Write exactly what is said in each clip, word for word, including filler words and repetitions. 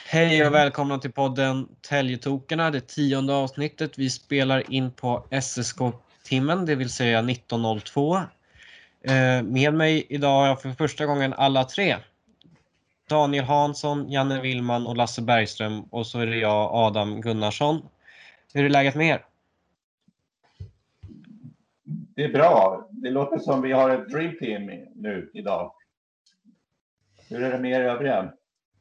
Hej och välkomna till podden Täljetokarna, det tionde avsnittet. Vi spelar in på S S K-timmen, det vill säga nitton noll två. Eh, med mig idag har jag för första gången alla tre. Daniel Hansson, Janne Willman och Lasse Bergström. Och så är det jag, Adam Gunnarsson. Hur är läget med er? Det är bra. Det låter som vi har ett dream team nu idag. Hur är det med er övriga?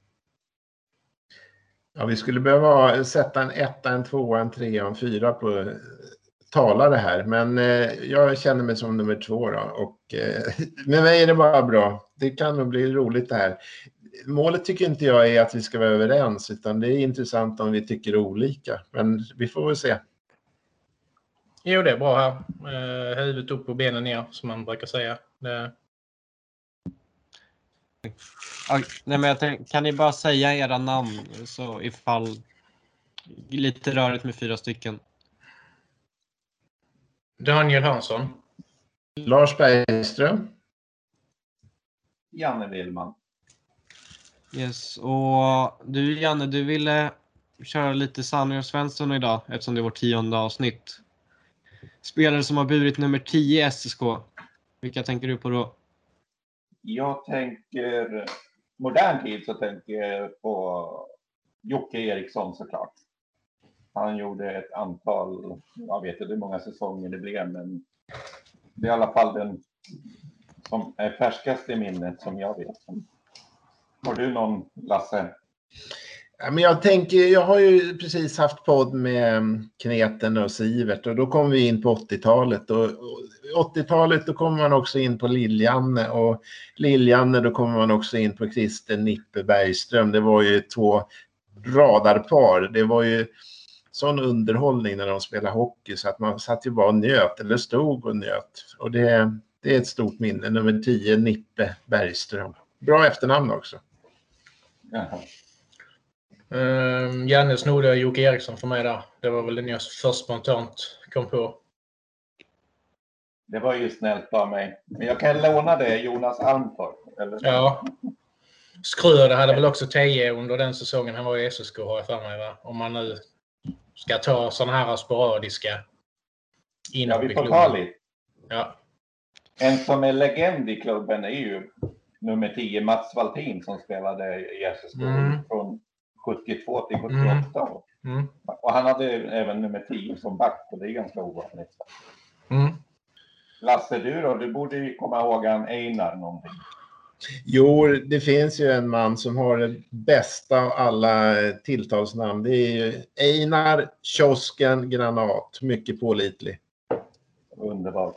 Ja, vi skulle behöva sätta en etta, en tvåa, en trea och en fyra på talare här. Men eh, jag känner mig som nummer två då. Och eh, med mig är det bara bra. Det kan nog bli roligt det här. Målet tycker inte jag är att vi ska vara överens, utan det är intressant om vi tycker olika. Men vi får väl se. Jo, det är bra här. Eh, huvudet upp och benen ner, som man brukar säga. Det... Ja, nej, men jag tänkte, kan ni bara säga era namn så ifall lite rörigt med fyra stycken. Daniel Hansson. Lars Bergström. Janne Willman. Yes, och du Janne, du ville köra lite Sanny och Svensson idag eftersom det var tionde avsnitt. Spelare som har burit nummer tio i S S K. Vilka tänker du på då? Jag tänker, modern tid så tänker jag på Jocke Eriksson såklart. Han gjorde ett antal, jag vet inte hur många säsonger det blev, men det är i alla fall den som är färskast i minnet som jag vet. Har du någon, Lasse? Ja, men jag tänker, jag har ju precis haft podd med Kneten och Sivert och då kom vi in på åttiotalet och åttiotalet då kommer man också in på Liljanne och Liljanne då kommer man också in på Christer Nippe Bergström. Det var ju två radarpar. Det var ju sån underhållning när de spelade hockey så att man satt ju bara och njöt eller stod och njöt. Och det, det är ett stort minne. Nummer tio, Nippe Bergström. Bra efternamn också. Jaha. Um, Janne snodde Jocke Eriksson för mig där. Det var väl den jag först spontant kom på. Det var ju snällt av mig. Men jag kan låna det, Jonas Almtorp. Eller? Ja. Skröder hade väl också tio under den säsongen han var i S S K, har jag för mig, va? Om man nu ska ta sådana här sporadiska Ja, vi får ta lite. Ja. En som är legend i klubben är ju nummer tio, Mats Valtin, som spelade i S S K mm. från sjuttiotvå till sjuttioåtta. Mm. Mm. Och han hade även nummer tio som back, och det är ganska ovanligt. Mm. Lasse, du då? Du borde ju komma ihåg han Einar någonting. Jo, det finns ju en man som har det bästa av alla tilltalsnamn. Det är ju Einar Kiosken Granat. Mycket pålitlig. Underbart.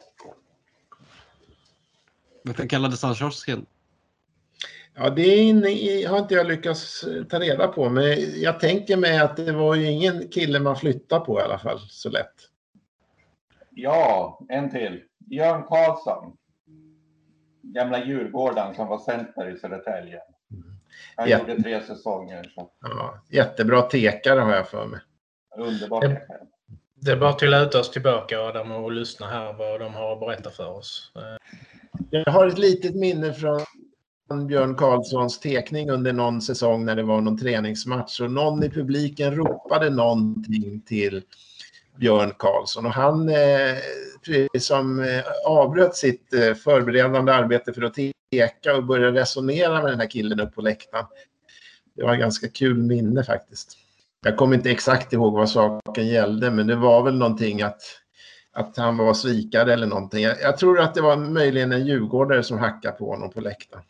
Varför kallades han Kiosken? Ja, det är inne, har inte jag lyckats ta reda på. Men jag tänker mig att det var ju ingen kille man flyttar på i alla fall så lätt. Ja, en till. Björn Karlsson. Gamla Djurgården som var center i Södertälje. Han Jätte... gjorde tre säsonger. Så. Ja, jättebra tekare har jag för mig. Underbart tekare. Det är bara till att luta oss tillbaka, Adam, och lyssna här vad de har att berätta för oss. Jag har ett litet minne från Björn Karlssons tekning under någon säsong när det var någon träningsmatch. Och någon i publiken ropade någonting till Björn Karlsson. Och han eh, som eh, avbröt sitt eh, förberedande arbete för att teka och började resonera med den här killen upp på läktaren. Det var en ganska kul minne faktiskt. Jag kommer inte exakt ihåg vad saken gällde, men det var väl någonting att, att han var svikare eller någonting. Jag, jag tror att det var möjligen en djurgårdare som hackade på honom på läktaren.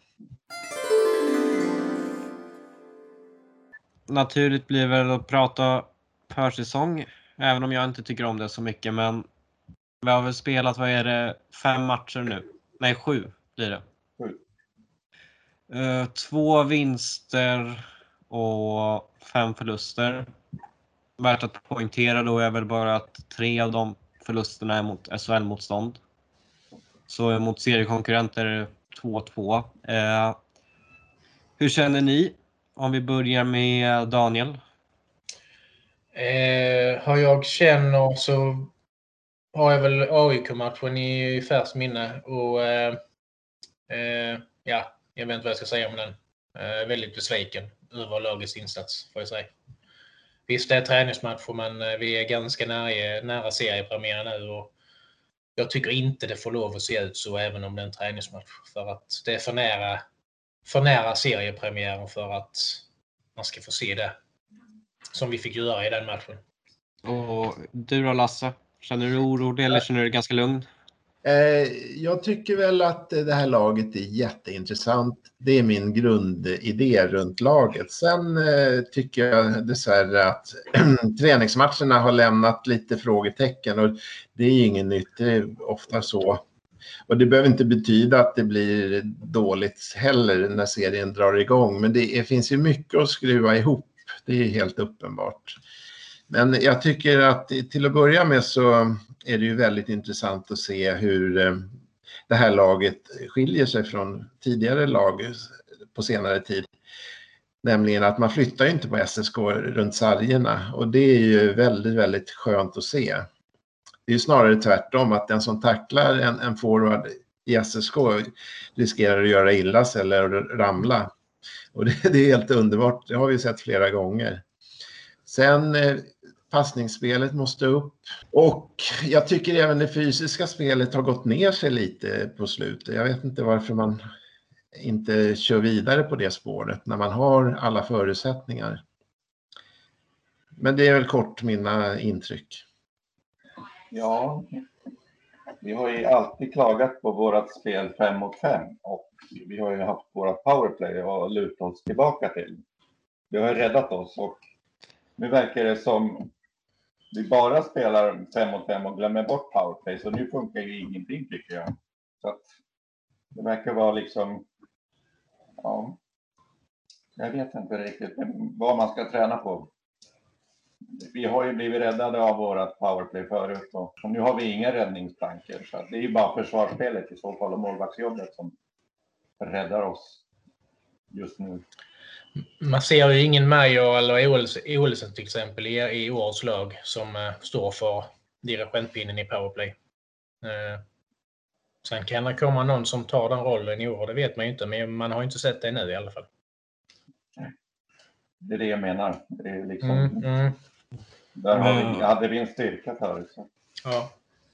Naturligt blir väl att prata försäsong, även om jag inte tycker om det så mycket, men vi har väl spelat, vad är det, fem matcher nu? Nej, sju blir det. Sju. Uh, två vinster och fem förluster. Värt att poängtera då är väl bara att tre av de förlusterna är mot S H L-motstånd. Så mot seriekonkurrenter är det två två. Uh, hur känner ni? Om vi börjar med Daniel. Eh, har jag känner så har jag väl A I K-matchen i färskt minne. Och eh, eh, ja, jag vet inte vad jag ska säga om den. Eh, väldigt besviken över lagets insats, får jag säga. Visst, det är träningsmatcher, men vi är ganska nära, nära seriepremiären nu och jag tycker inte det får lov att se ut så även om det är en träningsmatch, för att det är för nära, för nära seriepremiären för att man ska få se det som vi fick göra i den matchen. Och du då, Lasse? Känner du orolig eller känner du dig ganska lugn? Jag tycker väl att det här laget är jätteintressant. Det är min grundidé runt laget. Sen tycker jag dessvärre att träningsmatcherna har lämnat lite frågetecken och det är inget nytt, det är ofta så. Och det behöver inte betyda att det blir dåligt heller när serien drar igång, men det är, finns ju mycket att skruva ihop, det är helt uppenbart. Men jag tycker att till att börja med så är det ju väldigt intressant att se hur det här laget skiljer sig från tidigare lag på senare tid. Nämligen att man flyttar ju inte på S S K runt sargerna och det är ju väldigt, väldigt skönt att se. Det är ju snarare tvärtom, att den som tacklar en, en forward i S S K riskerar att göra illa sig eller ramla. Och det, det är helt underbart, det har vi sett flera gånger. Sen eh, passningsspelet måste upp och jag tycker även det fysiska spelet har gått ner sig lite på slutet. Jag vet inte varför man inte kör vidare på det spåret när man har alla förutsättningar. Men det är väl kort mina intryck. Ja, vi har ju alltid klagat på vårat spel fem mot fem och vi har ju haft våra powerplay och lutat oss tillbaka till. Det har ju räddat oss och nu verkar det som vi bara spelar fem mot fem och glömmer bort powerplay, så nu funkar ju ingenting tycker jag. Så att det verkar vara liksom, ja, jag vet inte riktigt vad man ska träna på. Vi har ju blivit räddade av vårat powerplay förut och nu har vi inga räddningsplankor, så det är ju bara försvarsspelet i så fall och målvaktsjobbet som räddar oss just nu. Man ser ju ingen Major eller Olsen till exempel i, i årets lag som uh, står för dirigentpinnen i powerplay. Uh, sen kan det komma någon som tar den rollen i år, det vet man ju inte, men man har ju inte sett det nu i alla fall. Det är det jag menar. Det är liksom, mm, mm. Där har vi, hade vi en styrka förut. Så. Ja.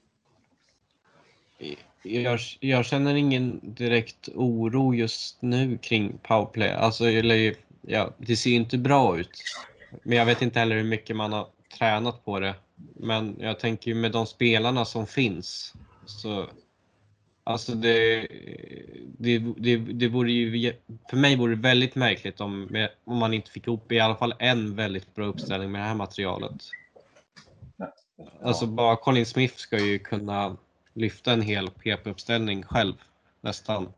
Jag, jag känner ingen direkt oro just nu kring powerplay. Alltså, eller, ja, det ser inte bra ut. Men jag vet inte heller hur mycket man har tränat på det. Men jag tänker ju med de spelarna som finns. Så, alltså det, det, det, det vore ju, för mig vore det väldigt märkligt om, om man inte fick ihop i alla fall en väldigt bra uppställning med det här materialet. Ja. Alltså bara Colin Smith ska ju kunna lyfta en hel P P-uppställning själv, nästan.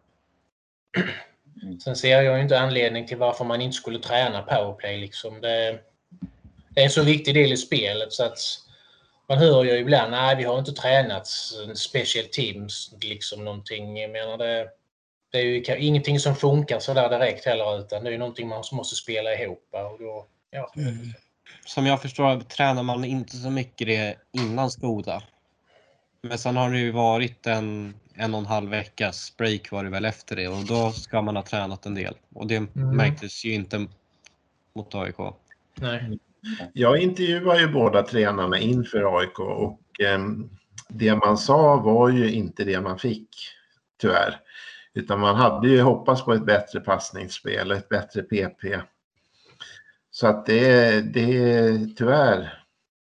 Sen ser jag ju inte anledning till varför man inte skulle träna powerplay. Liksom. Det, det är en så viktig del i spelet så att man hör ju ibland, nej vi har inte tränat special teams, liksom någonting. Jag menar det, det är ju ingenting som funkar så där direkt heller, utan det är ju någonting man måste spela ihop. Och då, ja. Mm. Som jag förstår tränar man inte så mycket det innan Skoda. Men sen har det ju varit en, en och en halv veckas break var det väl efter det. Och då ska man ha tränat en del. Och det mm. märktes ju inte mot A I K. Nej. Jag intervjuade ju båda tränarna inför A I K och eh, det man sa var ju inte det man fick, tyvärr. Utan man hade ju hoppats på ett bättre passningsspel, ett bättre P P. Så att det, det är tyvärr.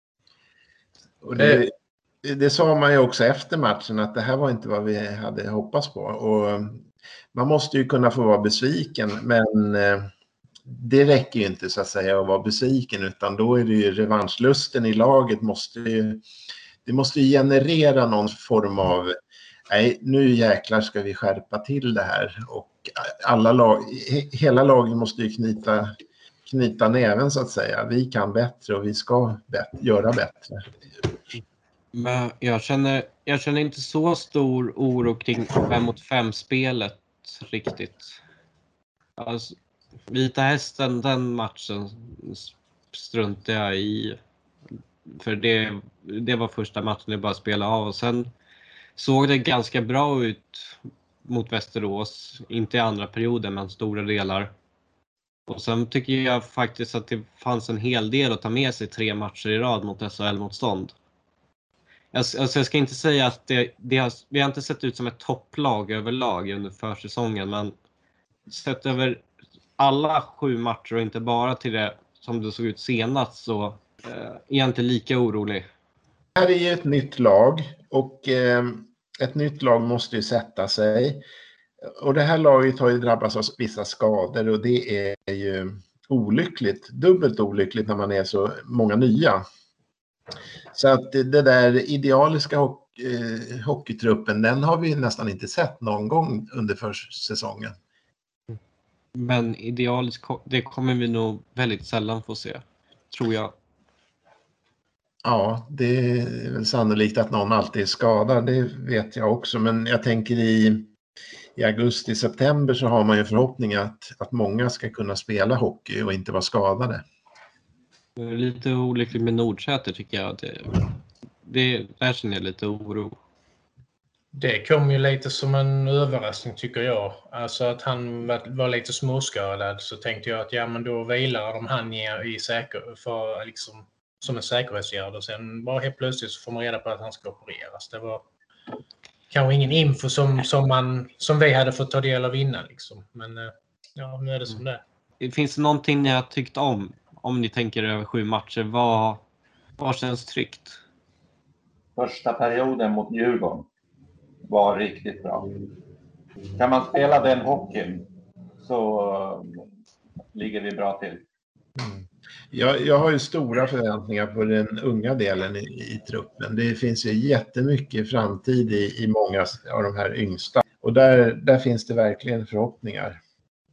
Och det, det sa man ju också efter matchen att det här var inte vad vi hade hoppats på. Och man måste ju kunna få vara besviken, men det räcker ju inte så att säga att vara besviken, utan då är det ju revanschlusten i laget måste ju, det måste ju generera någon form av, nej nu jäklar ska vi skärpa till det här, och alla lag, hela laget måste ju knyta knyta näven så att säga. Vi kan bättre och vi ska bättre, göra bättre. Men jag känner, jag känner inte så stor oro kring fem mot fem spelet riktigt. Alltså, Vita Hästen, den matchen struntade jag i. För det, det var första matchen jag bara spelade av. Och sen såg det ganska bra ut mot Västerås. Inte i andra perioden, men stora delar. Och sen tycker jag faktiskt att det fanns en hel del att ta med sig tre matcher i rad mot S H L-motstånd. Alltså, jag ska inte säga att det, det har, vi har inte sett ut som ett topplag överlag under försäsongen, men sett över alla sju matcher och inte bara till det som det såg ut senast, så eh, är jag inte lika orolig. Det här är ju ett nytt lag och eh, ett nytt lag måste ju sätta sig. Och det här laget har ju drabbats av vissa skador och det är ju olyckligt, dubbelt olyckligt när man är så många nya. Så att det där idealiska hockey, eh, hockeytruppen, den har vi nästan inte sett någon gång under försäsongen. Men idealiskt, det kommer vi nog väldigt sällan få se, tror jag. Ja, det är väl sannolikt att någon alltid är skadad, det vet jag också. Men jag tänker i, i augusti, september så har man ju förhoppning att, att många ska kunna spela hockey och inte vara skadade. Det är lite olyckligt med Nordsäter tycker jag. Det, det, där känner jag lite oro. Det kom ju lite som en överraskning tycker jag. Alltså att han var, var lite småskadad, så tänkte jag att ja, men då vilar de han i säker, för, liksom, som en säkerhetsgärd. Och sen bara helt plötsligt så får man reda på att han ska opereras. Det var kanske ingen info som, som, man, som vi hade fått ta del av innan. Liksom. Men ja, nu är det som det är. Finns det någonting ni har tyckt om? Om ni tänker över sju matcher, vad, vad känns tryggt? Första perioden mot Djurgården var riktigt bra. Kan man spela den hockeyn så ligger vi bra till. Mm. Jag, jag har ju stora förväntningar på den unga delen i, i truppen. Det finns ju jättemycket framtid i, i många av de här yngsta. Och där, där finns det verkligen förhoppningar.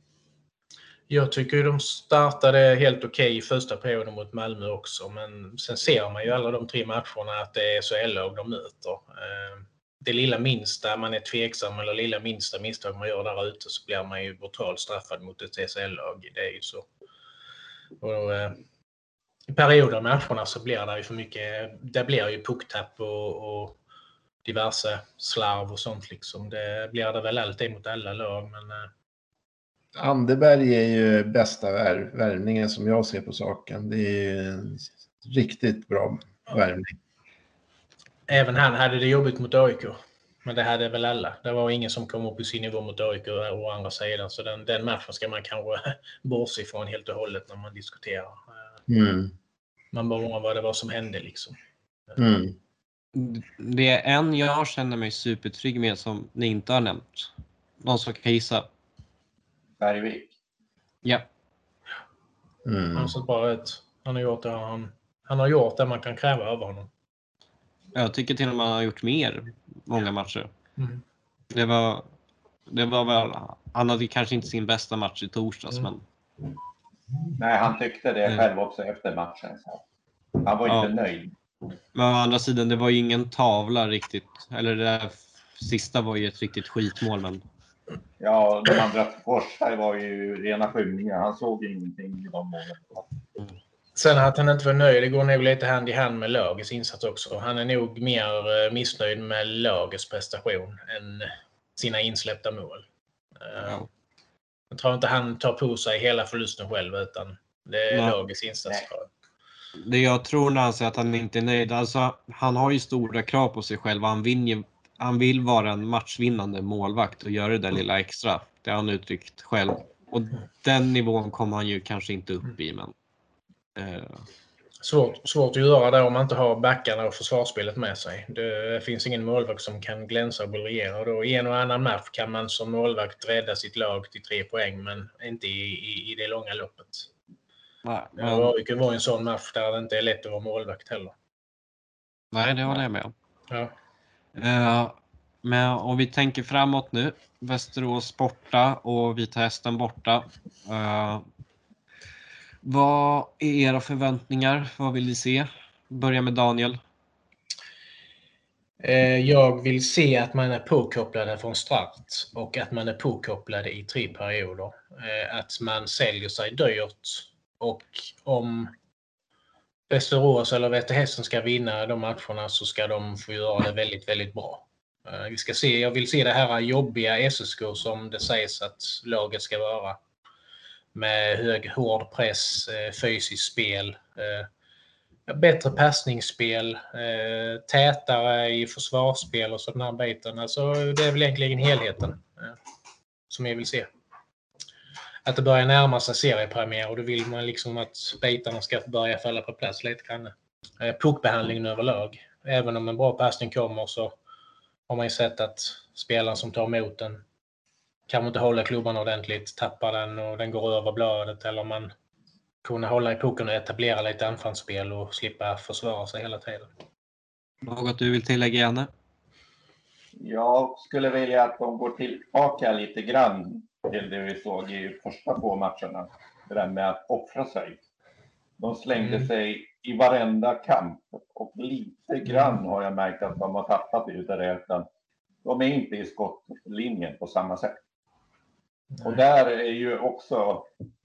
Jag tycker de startade helt okej okay i första perioden mot Malmö också. Men sen ser man ju alla de tre matcherna att det är så lag de möter. Det lilla minsta man är tveksam eller lilla minsta misstag man gör där ute så blir man ju brutalt straffad mot ett S H L-lag. Det är ju så. Och, eh, i perioder av matcherna så blir det ju för mycket, det blir ju pucktapp och, och diverse slarv och sånt liksom. Det blir det väl alltid mot alla lag, men eh, Anderberg är ju bästa vär, värvningen som jag ser på saken. Det är ju en riktigt bra värvning. Även han hade det jobbigt mot A I K. Men det hade väl alla. Det var ingen som kom upp i sin nivå mot A I K å andra sidan. Så den, den matchen ska man kanske bortse ifrån helt och hållet när man diskuterar. Mm. Man bara undrar vad det var som hände liksom. Mm. Det är en jag känner mig supertrygg med som ni inte har nämnt. Någon som kan gissa? Bergvik. Ja. Mm. Han har sett bra ut. Han har gjort det han, han har gjort det man kan kräva över honom. Jag tycker till och med han har gjort mer många matcher. Mm. Det var det var väl, han hade kanske inte sin bästa match i torsdags, Mm. men Nej, han tyckte det Mm. själv också efter matchen. Så. Han var Ja. inte nöjd. Men å andra sidan, det var ju ingen tavla riktigt. Eller det där sista var ju ett riktigt skitmål, men Ja, de andra Forsberg var ju rena skymningar. Han såg ingenting i de målen. Sen att han inte var nöjd, det går nog lite hand i hand med lagets insats också. Han är nog mer missnöjd med lagets prestation än sina insläppta mål. ja. Jag tror inte han tar på sig hela förlusten själv, utan det är Nej. lagets insats. Det jag tror när han säger att han inte är nöjd, alltså han har ju stora krav på sig själv. Han vill, ju, han vill vara en matchvinnande målvakt och göra det där lilla extra. Det har han uttryckt själv. Och den nivån kommer han ju kanske inte upp i, men eh. Svårt, svårt att göra det om man inte har backarna och försvarsspelet med sig. Det finns ingen målvakt som kan glänsa och briljera. Då i en och annan match kan man som målvakt rädda sitt lag till tre poäng, men inte i, i, i det långa loppet. Nej, men, Ja, det kan vara en sån match där det inte är lätt att vara målvakt heller. nej, det håller jag med om. Ja. Uh, men om vi tänker framåt nu, Västerås borta och Vita Hästen borta. Uh, vad är era förväntningar? Vad vill ni se? Börja med Daniel. Jag vill se att man är påkopplade från start och att man är påkopplade i tre perioder. Att man säljer sig dyrt, och om Västerås eller Vita Hästen ska vinna de matcherna så ska de få göra det väldigt, väldigt bra. Vi ska se, jag vill se det här jobbiga S S K som det sägs att laget ska vara. med hög hård press, eh, fysiskt spel. Eh, bättre passningsspel, eh, tätare i försvarsspel och sådana här biten. Alltså, det är väl egentligen helheten eh, som jag vill se. Att det börjar närma sig seriepremiär och då vill man liksom att bitarna ska börja falla på plats lite grann. Eh, puckbehandlingen överlag. Även om en bra passning kommer så har man ju sett att spelaren som tar emot den kan man inte hålla klubban ordentligt, tappar den och den går över bladet, eller man kunna hålla i pucken och etablera lite anfallsspel och slippa försvara sig hela tiden. Något du vill tillägga, Janne? Jag skulle vilja att de går tillbaka lite grann till det vi såg i första två matcherna. Det där med att offra sig. De slängde mm. sig i varenda kamp och lite grann har jag märkt att de har tappat ut av det. De är inte i skottlinjen på samma sätt. Nej. Och där är ju också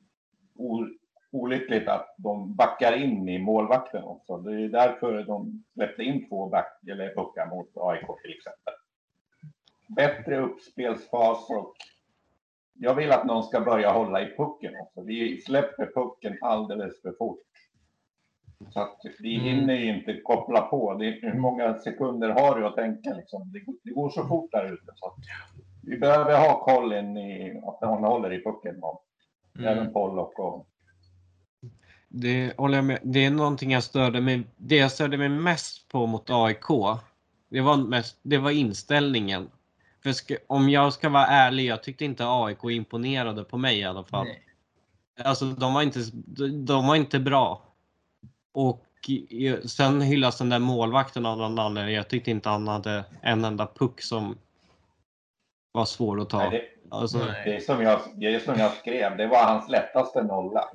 olyckligt att de backar in i målvakten också. Det är därför de släppte in två back eller puckar mot A I K till exempel. Bättre uppspelsfas och jag vill att någon ska börja hålla i pucken också. Vi släpper pucken alldeles för fort. Så att vi mm. hinner ju inte koppla på. Det är, hur många sekunder har du att tänka liksom? Det, det går så fort där ute. Så att vi behöver ha koll in i att någon håller i pucken. Mm. Även Pollock och... Det håller jag med. Det är någonting jag störde mig. Det jag störde mig mest på mot A I K. Det var, mest, det var inställningen. För ska, om jag ska vara ärlig, jag tyckte inte A I K imponerade på mig i alla fall. Nej. Alltså de var inte, de var inte bra. Och sen hyllas den där målvakten av någon annan. Jag tyckte inte han hade en enda puck som var svår att ta. Nej, det, alltså, nej. Det, är som jag, det är som jag skrev, det var hans lättaste nolla.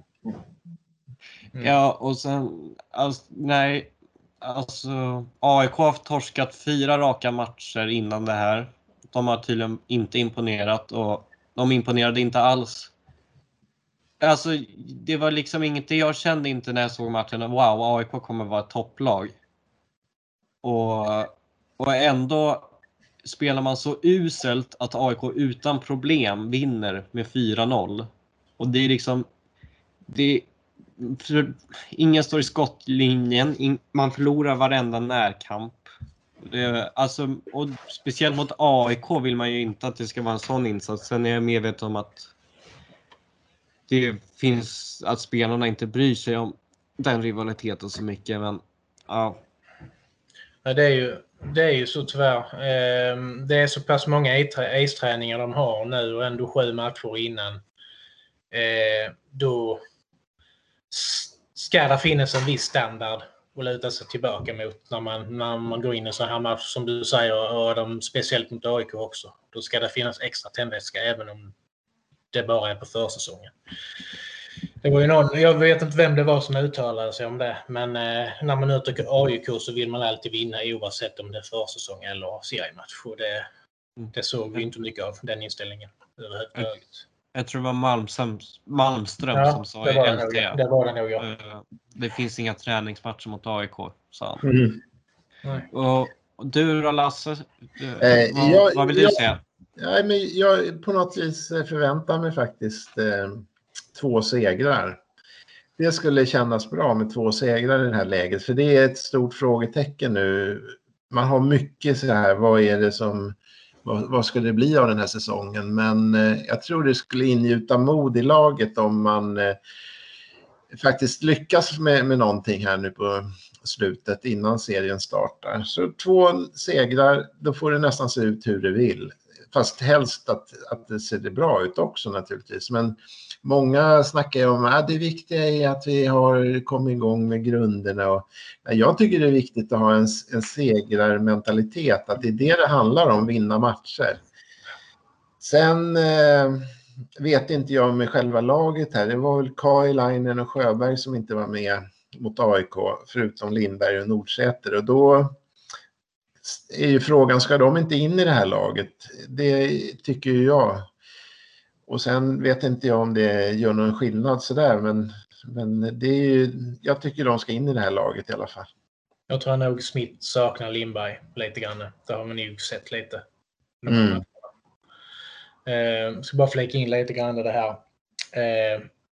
Mm. Ja, och sen, alltså, nej, alltså A I K har torskat fyra raka matcher innan det här. De har tydligen inte imponerat och de imponerade inte alls. Alltså, det var liksom inget, jag kände inte när jag såg matchen, wow, A I K kommer vara ett topplag. Och, och ändå spelar man så uselt att A I K utan problem vinner med fyra noll. Och det är liksom, det för, ingen står i skottlinjen, in, man förlorar varenda närkamp. Det, alltså, och speciellt mot A I K vill man ju inte att det ska vara en sån insats. Sen är jag medveten om att det finns att spelarna inte bryr sig om den rivaliteten så mycket, men ja. Ja, det är ju det är ju så tyvärr. Det är så pass många ace-träningar de har nu och ändå sju matcher innan. Då ska det finnas en viss standard att luta sig tillbaka mot när man, när man går in i så här match som du säger, och de, speciellt mot A I K också. Då ska det finnas extra tändvätska även om det bara är på försäsongen. Det var ju någon, jag vet inte vem det var som uttalade sig om det, men eh, när man uttrycker A I K så vill man alltid vinna oavsett om det är försäsong eller seriematch. Och det, det såg vi inte mycket av, den inställningen överhuvudtaget. Jag tror det var Malmström, Malmström ja, som sa det i L T. Nog, det var det nog, ja. Det finns inga träningsmatcher mot A I K, sa han. Mm. Och, och du då, Lasse? Du, eh, vad, jag, vad vill du jag, säga? Ja, men jag på något vis förväntar mig faktiskt eh, två segrar. Det skulle kännas bra med två segrar i det här läget. För det är ett stort frågetecken nu. Man har mycket så här, vad är det som, vad, vad skulle det bli av den här säsongen? Men eh, jag tror det skulle ingjuta mod i laget om man eh, faktiskt lyckas med, med någonting här nu på slutet innan serien startar. Så två segrar, då får det nästan se ut hur det vill. Fast helst att, att det ser bra ut också naturligtvis. Men många snackar ju om att det viktiga är att vi har kommit igång med grunderna. Och jag tycker det är viktigt att ha en, en segrarmentalitet. Att det är det det handlar om, vinna matcher. Sen eh, vet inte jag med själva laget här. Det var väl Kailainen och Sjöberg som inte var med mot A I K. Förutom Lindberg och Nordsäter. Och då är ju frågan, ska de inte in i det här laget? Det tycker ju jag. Och sen vet inte jag om det gör någon skillnad sådär, men, men det är ju, jag tycker de ska in i det här laget i alla fall. Jag tror nog Smith saknar Lindberg lite grann. Det har man nog sett lite. Mm. Jag ska bara flika in lite grann i det här.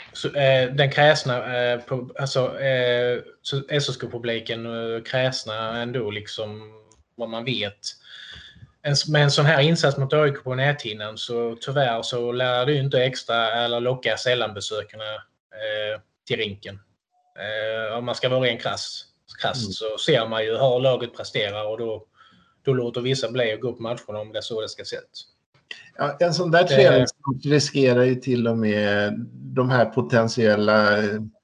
Så, eh, den kräsna, eh, på, alltså eh, S S K-publiken eh, kräsna ändå liksom vad man vet. En, med en sån här insats mot A I K på näthinnan så tyvärr så lär det ju inte extra eller locka sällan besökarna eh, till rinken. Eh, om man ska vara en krass, krass mm. så ser man ju hur laget presterar och då, då låter vissa bli att gå på matcherna om det är så det ska se ut. Ja, en sån där träningsmatch riskerar ju till och med de här potentiella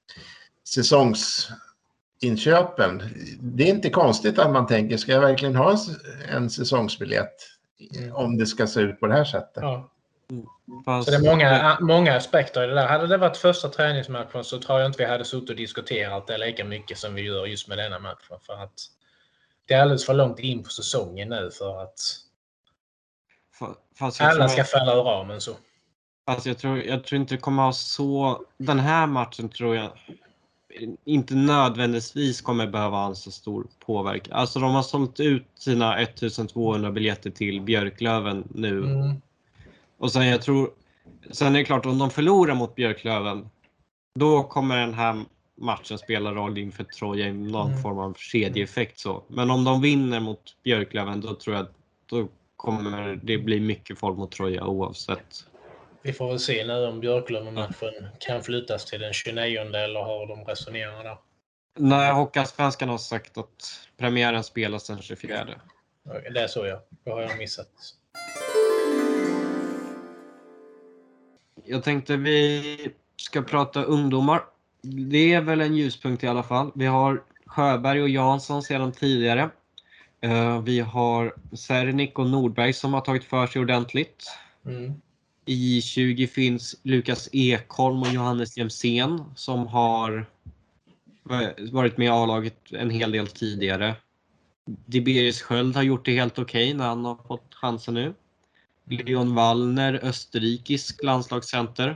säsongsinköpen. Det är inte konstigt att man tänker, ska jag verkligen ha en säsongsbiljett mm. om det ska se ut på det här sättet? Ja. Fast... Så det är många, många aspekter i det där. Hade det varit första träningsmatchen så tror jag inte vi hade suttit och diskuterat det lika mycket som vi gör just med denna matchen. För att det är alldeles för långt in på säsongen nu för att Fast alla ska falla ur ramen så. Fast jag tror, jag tror inte det kommer ha så... Den här matchen tror jag inte nödvändigtvis kommer behöva ha en så stor påverkan. Alltså de har sålt ut sina ettusentvåhundra biljetter till Björklöven nu. Mm. Och sen jag tror... Sen är det klart, om de förlorar mot Björklöven, då kommer den här matchen spela roll inför Troja i någon mm. form av kedjeeffekt så. Men om de vinner mot Björklöven, då tror jag att då kommer det bli mycket folk mot Troja oavsett. Vi får väl se nu om Björklöven-matchen mm. kan flyttas till den tjugonionde eller har de resonerat där. Nej, Hockeyallsvenskan har sagt att premiären spelas den tjugofjärde. Det är så ja, det har jag missat. Jag tänkte vi ska prata ungdomar. Det är väl en ljuspunkt i alla fall. Vi har Sjöberg och Jansson sedan tidigare. Uh, vi har Sernik och Nordberg som har tagit för sig ordentligt. Mm. I tjugo finns Lukas Ekholm och Johannes Jemsen som har varit med i A-laget en hel del tidigare. Diberius Sköld har gjort det helt okej okay när han har fått chansen nu. Leon Wallner, österrikisk landslagscenter.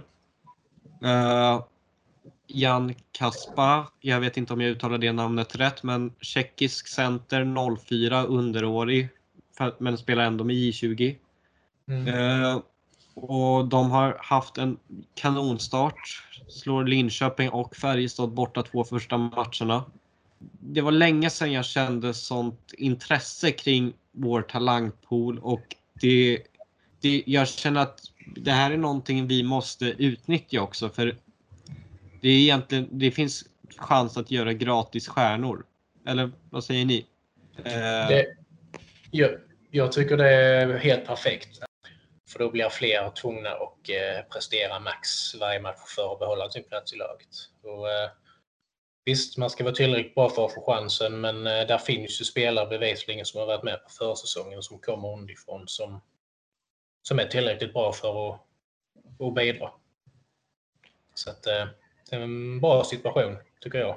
Uh, Jan Kaspa, jag vet inte om jag uttalar det namnet rätt, men tjeckisk center, noll fyra, underårig, men spelar ändå med J tjugo. Mm. Uh, och de har haft en kanonstart, slår Linköping och Färjestad borta två första matcherna. Det var länge sedan jag kände sånt intresse kring vår talangpool och det, det, jag känner att det här är någonting vi måste utnyttja också, för det är egentligen, det finns chans att göra gratis stjärnor. Eller vad säger ni? Det, jag, jag tycker det är helt perfekt. För då blir fler tvungna att eh, prestera max varje match för att behålla sin plats i laget. Och, eh, visst, man ska vara tillräckligt bra för att få chansen, men eh, där finns ju spelare bevisligen som har varit med på försäsongen som kommer underifrån som, som är tillräckligt bra för att, att bidra. Så att, eh, det är en bra situation, tycker jag.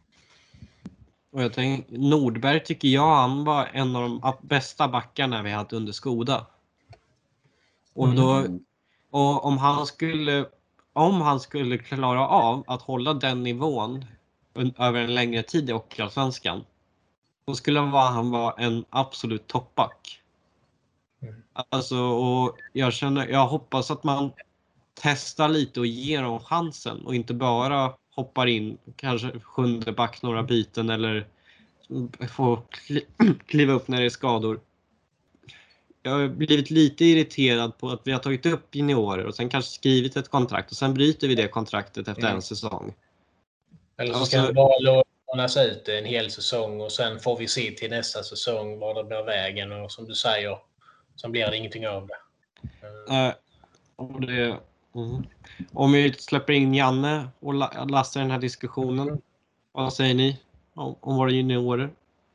Och jag tänker, Nordberg tycker jag han var en av de bästa backarna vi hade under Skoda. Och då, och om han skulle om han skulle klara av att hålla den nivån över en längre tid i Hockeyallsvenskan, då skulle han vara en absolut toppback. Mm. Alltså, och jag känner, jag hoppas att man testar lite och ger dem chansen och inte bara hoppar in kanske sjunde back några biten eller får kliva upp när det är skador. Jag har blivit lite irriterad på att vi har tagit upp juniorer och sen kanske skrivit ett kontrakt och sen bryter vi det kontraktet efter mm. en säsong. Eller så ska alltså, det bara lånas ut en hel säsong och sen får vi se till nästa säsong var det blir vägen och som du säger så blir det ingenting av det. Uh, och det mm. Om vi släpper in Janne och lastar den här diskussionen, mm. vad säger ni om, om våra juniorer?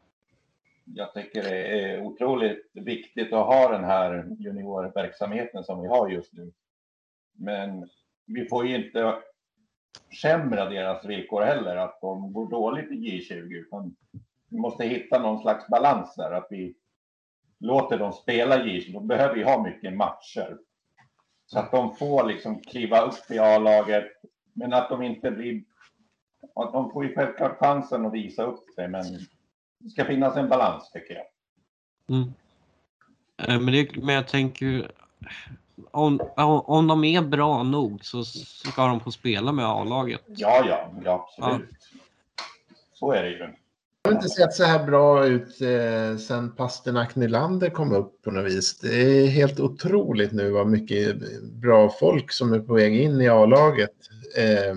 Jag tycker det är otroligt viktigt att ha den här juniorverksamheten som vi har just nu. Men vi får ju inte försämra deras villkor heller, att de går dåligt i J tjugo. Utan vi måste hitta någon slags balans där, att vi låter dem spela J tjugo. De behöver ju ha mycket matcher. Så att de får liksom kliva upp i A-laget, men att de inte blir... Att de får ju självklart chansen att visa upp sig, men... Det ska finnas en balans tycker jag. Mm. Men, det, men jag tänker om, om de är bra nog så ska de få spela med A-laget. Ja, ja, ja absolut. Ja. Så är det ju. Det har inte sett så här bra ut eh, sen Pasternak Nylander kom upp på något vis. Det är helt otroligt nu vad mycket bra folk som är på väg in i A-laget. Eh,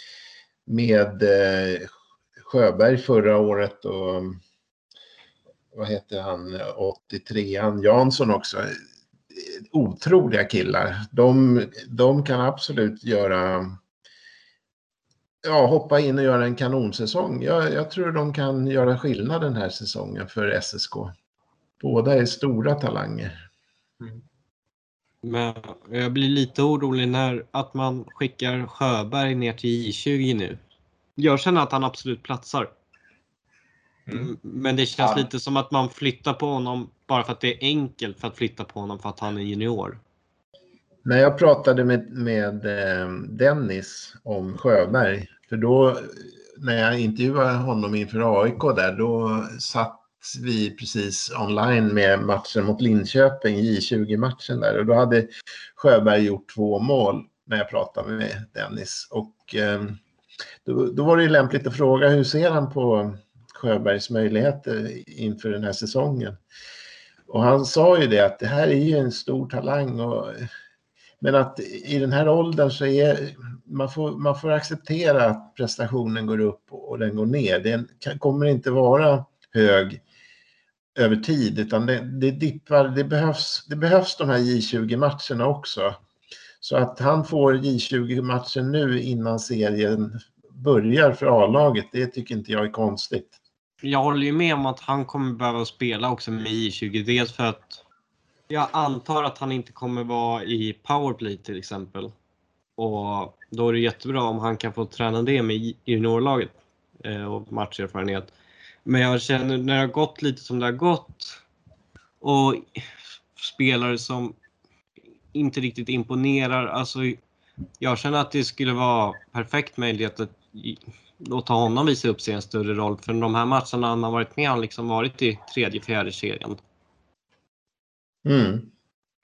med eh, Sjöberg förra året och vad heter han, åttiotre-an Jansson också. Otroliga killar. De, de kan absolut göra... Ja, hoppa in och göra en kanonsäsong. Jag, jag tror de kan göra skillnad den här säsongen för S S K. Båda är stora talanger. Mm. Men jag blir lite orolig när att man skickar Sjöberg ner till J tjugo nu. Jag känner att han absolut platsar. Mm. Men det känns ja. lite som att man flyttar på honom bara för att det är enkelt för att flytta på honom för att han är junior. När jag pratade med, med Dennis om Sjöberg, för då när jag intervjuade honom inför A I K där, då satt vi precis online med matchen mot Linköping, J tjugo-matchen där, och då hade Sjöberg gjort två mål när jag pratade med Dennis. Och eh, då, då var det ju lämpligt att fråga hur ser han på Sjöbergs möjligheter inför den här säsongen. Och han sa ju det att det här är ju en stor talang, och, men att i den här åldern så är man får, man får acceptera att prestationen går upp och den går ner. Den kommer inte vara hög över tid, utan det, det dippar, det behövs, det behövs de här J tjugo-matcherna också. Så att han får J tjugo-matchen nu innan serien börjar för A-laget, det tycker inte jag är konstigt. Jag håller ju med om att han kommer behöva spela också med J tjugo. Dels för att jag antar att han inte kommer vara i powerplay till exempel. Och då är det jättebra om han kan få träna det med juniorlaget och matcherfarenhet. Men jag känner när det har gått lite som det har gått och spelare som inte riktigt imponerar. Alltså jag känner att det skulle vara perfekt möjlighet att låta honom visa upp sig en större roll. För de här matcherna han har varit med, han liksom varit i tredje, fjärde serien. Mm.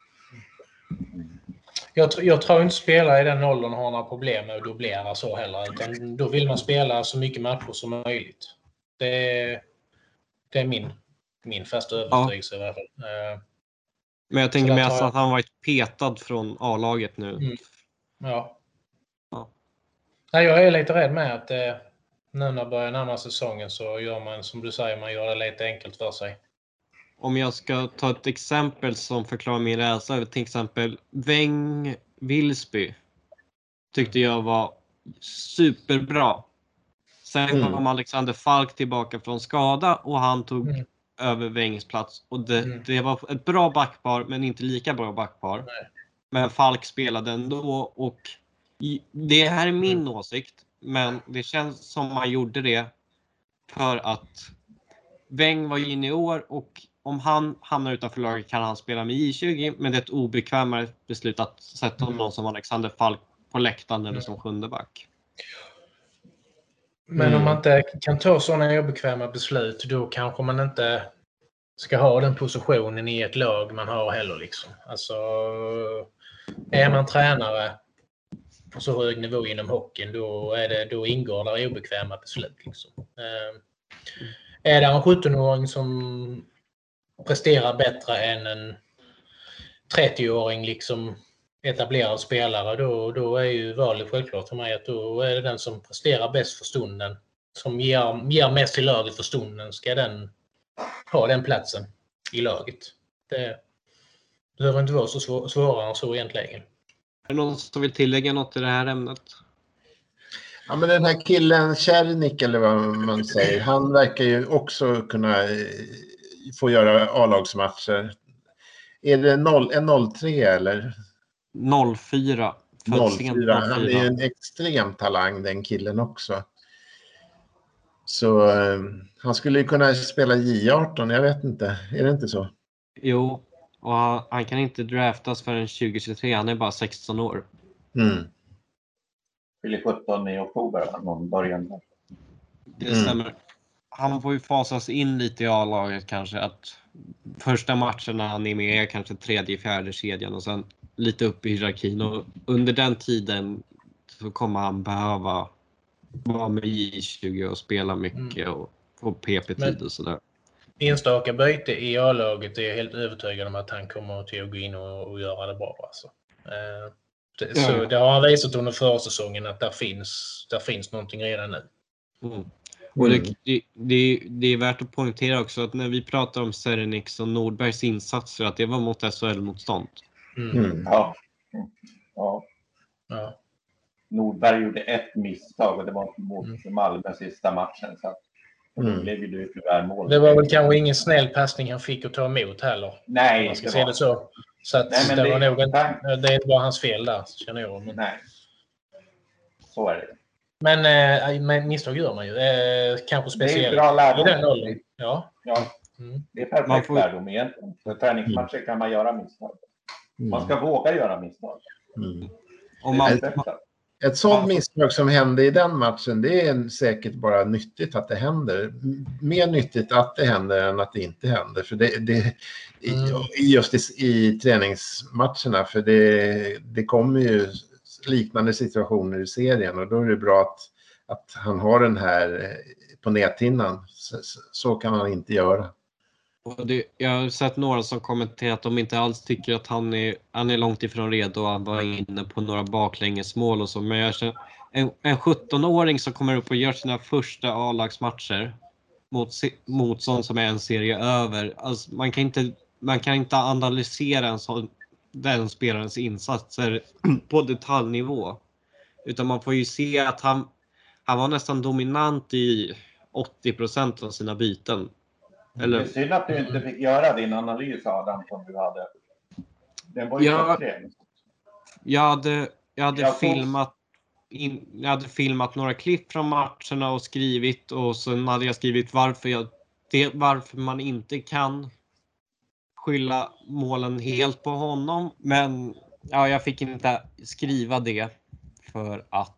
Jag, jag tror inte spelare i den åldern har några problem med att dubblera så heller. Utan då vill man spela så mycket matcher som möjligt. Det, det är min, min fasta övertygelse, ja. I alla fall. Men jag tänker mest jag... att han varit petad från A-laget nu. Mm. Ja. ja. Nej, jag är lite rädd med att eh, nu när börjar närma säsongen så gör man, som du säger, man gör det lite enkelt för sig. Om jag ska ta ett exempel som förklarar min rädsla, till exempel Weng Wilsby tyckte jag var superbra. Sen mm. kom Alexander Falk tillbaka från skada och han tog mm. över Wengs plats. Och det, mm. det var ett bra backpar men inte lika bra backpar. Nej. Men Falk spelade ändå och det här är min mm. åsikt. Men det känns som man gjorde det för att Weng var junior och om han hamnar utanför laget kan han spela med J tjugo. Men det är ett obekvämare beslut att sätta mm. någon som Alexander Falk på läktaren mm. eller som sjunde back. Men mm. om man inte kan ta sådana obekväma beslut, då kanske man inte ska ha den positionen i ett lag man har heller. Liksom. Alltså, är man tränare på så hög nivå inom hockeyn, då, är det, då ingår där obekväma beslut. Liksom. Eh, är det en sjutton-åring som presterar bättre än en trettio-åring liksom etablerad spelare, då, då är ju valet självklart för mig att då är det den som presterar bäst för stunden, som ger, ger mest i laget för stunden, ska den ha den platsen i laget. Det behöver inte vara så svår, svårare än så egentligen. Är det någon som vill tillägga något i det här ämnet? Ja, men den här killen Kärnik eller vad man säger, han verkar ju också kunna få göra A-lagsmatcher. Är det noll, en noll tre eller? noll fyra. noll fyra. Han är en extrem talang, den killen också. Så eh, han skulle ju kunna spela J arton, jag vet inte. Är det inte så? Jo, och han, han kan inte draftas förrän tjugo tjugotre. Han är bara sexton år. Mm. Fyller sjutton i oktober, någon början där. Det stämmer. Mm. Han får ju fasas in lite i A-laget kanske. Att första matchen när han är med är kanske tredje, fjärde kedjan och sen lite upp i hierarkin och under den tiden så kommer han behöva vara med i tjugo och spela mycket och få P P-tid och sådär. Enstaka byte i A-laget är jag helt övertygad om att han kommer till att gå in och, och göra det bra. Alltså. Eh, det, så Ja. det har han visat under förra säsongen att där finns, där finns någonting redan nu. Mm. Och det, det, det, det är värt att poängtera också att när vi pratar om Sereniks och Nordbergs insatser att det var mot S H L-motstånd. Mm. Mm. Ja. Ja. Ja. Nordberg gjorde ett misstag och det var mot Mm. Malmö sista matchen. Så att Mm. det blev ju det tyvärr mål. Det var väl kanske ingen snäll passning han fick att ta emot heller. Nej, om man ska det se var det så. Så att Nej, men det, det- var nog en, tack. det är inte bara hans fel där, känner jag. Men, Nej. Så är det. men, eh, men misstag gör man ju. Eh, kanske Det är speciellt bra lärdom. i den åldern. Ja. Ja, Mm. det är perfekt Man får- lärdom egentligen. För träningsmatcher kan man göra misstag. Man ska våga göra misstag. Mm. Om Det man, är det bästa. Ett sådant misstag som hände i den matchen, det är säkert bara nyttigt att det händer. M- Mer nyttigt att det händer än att det inte händer. För det, det, i- Mm. just i, i träningsmatcherna, för det, det kommer ju liknande situationer i serien och då är det bra att, att han har den här eh, på näthinnan. Så, så- så kan han inte göra. och det, jag har sett några som kommenterat att de inte alls tycker att han är, han är långt ifrån redo att vara inne på några baklängesmål och så. Men jag känner, en, en sjutton-åring som kommer upp och gör sina första A-lagsmatcher mot, se- mot sånt som är en serie över. Alltså, man, kan inte, man kan inte analysera en sån, den spelarens insatser på detaljnivå. Utan man får ju se att han, han var nästan dominant i åttio procent av sina byten. Det är Eller, synd att du inte fick göra din analys, Adam, som du hade. Den var ju Ja. klockren. jag hade, jag hade Jag såg- filmat in, jag hade filmat några klipp från matcherna och skrivit och sen hade jag skrivit varför, jag, det, varför man inte kan skylla målen helt på honom. Men ja, jag fick inte skriva det för att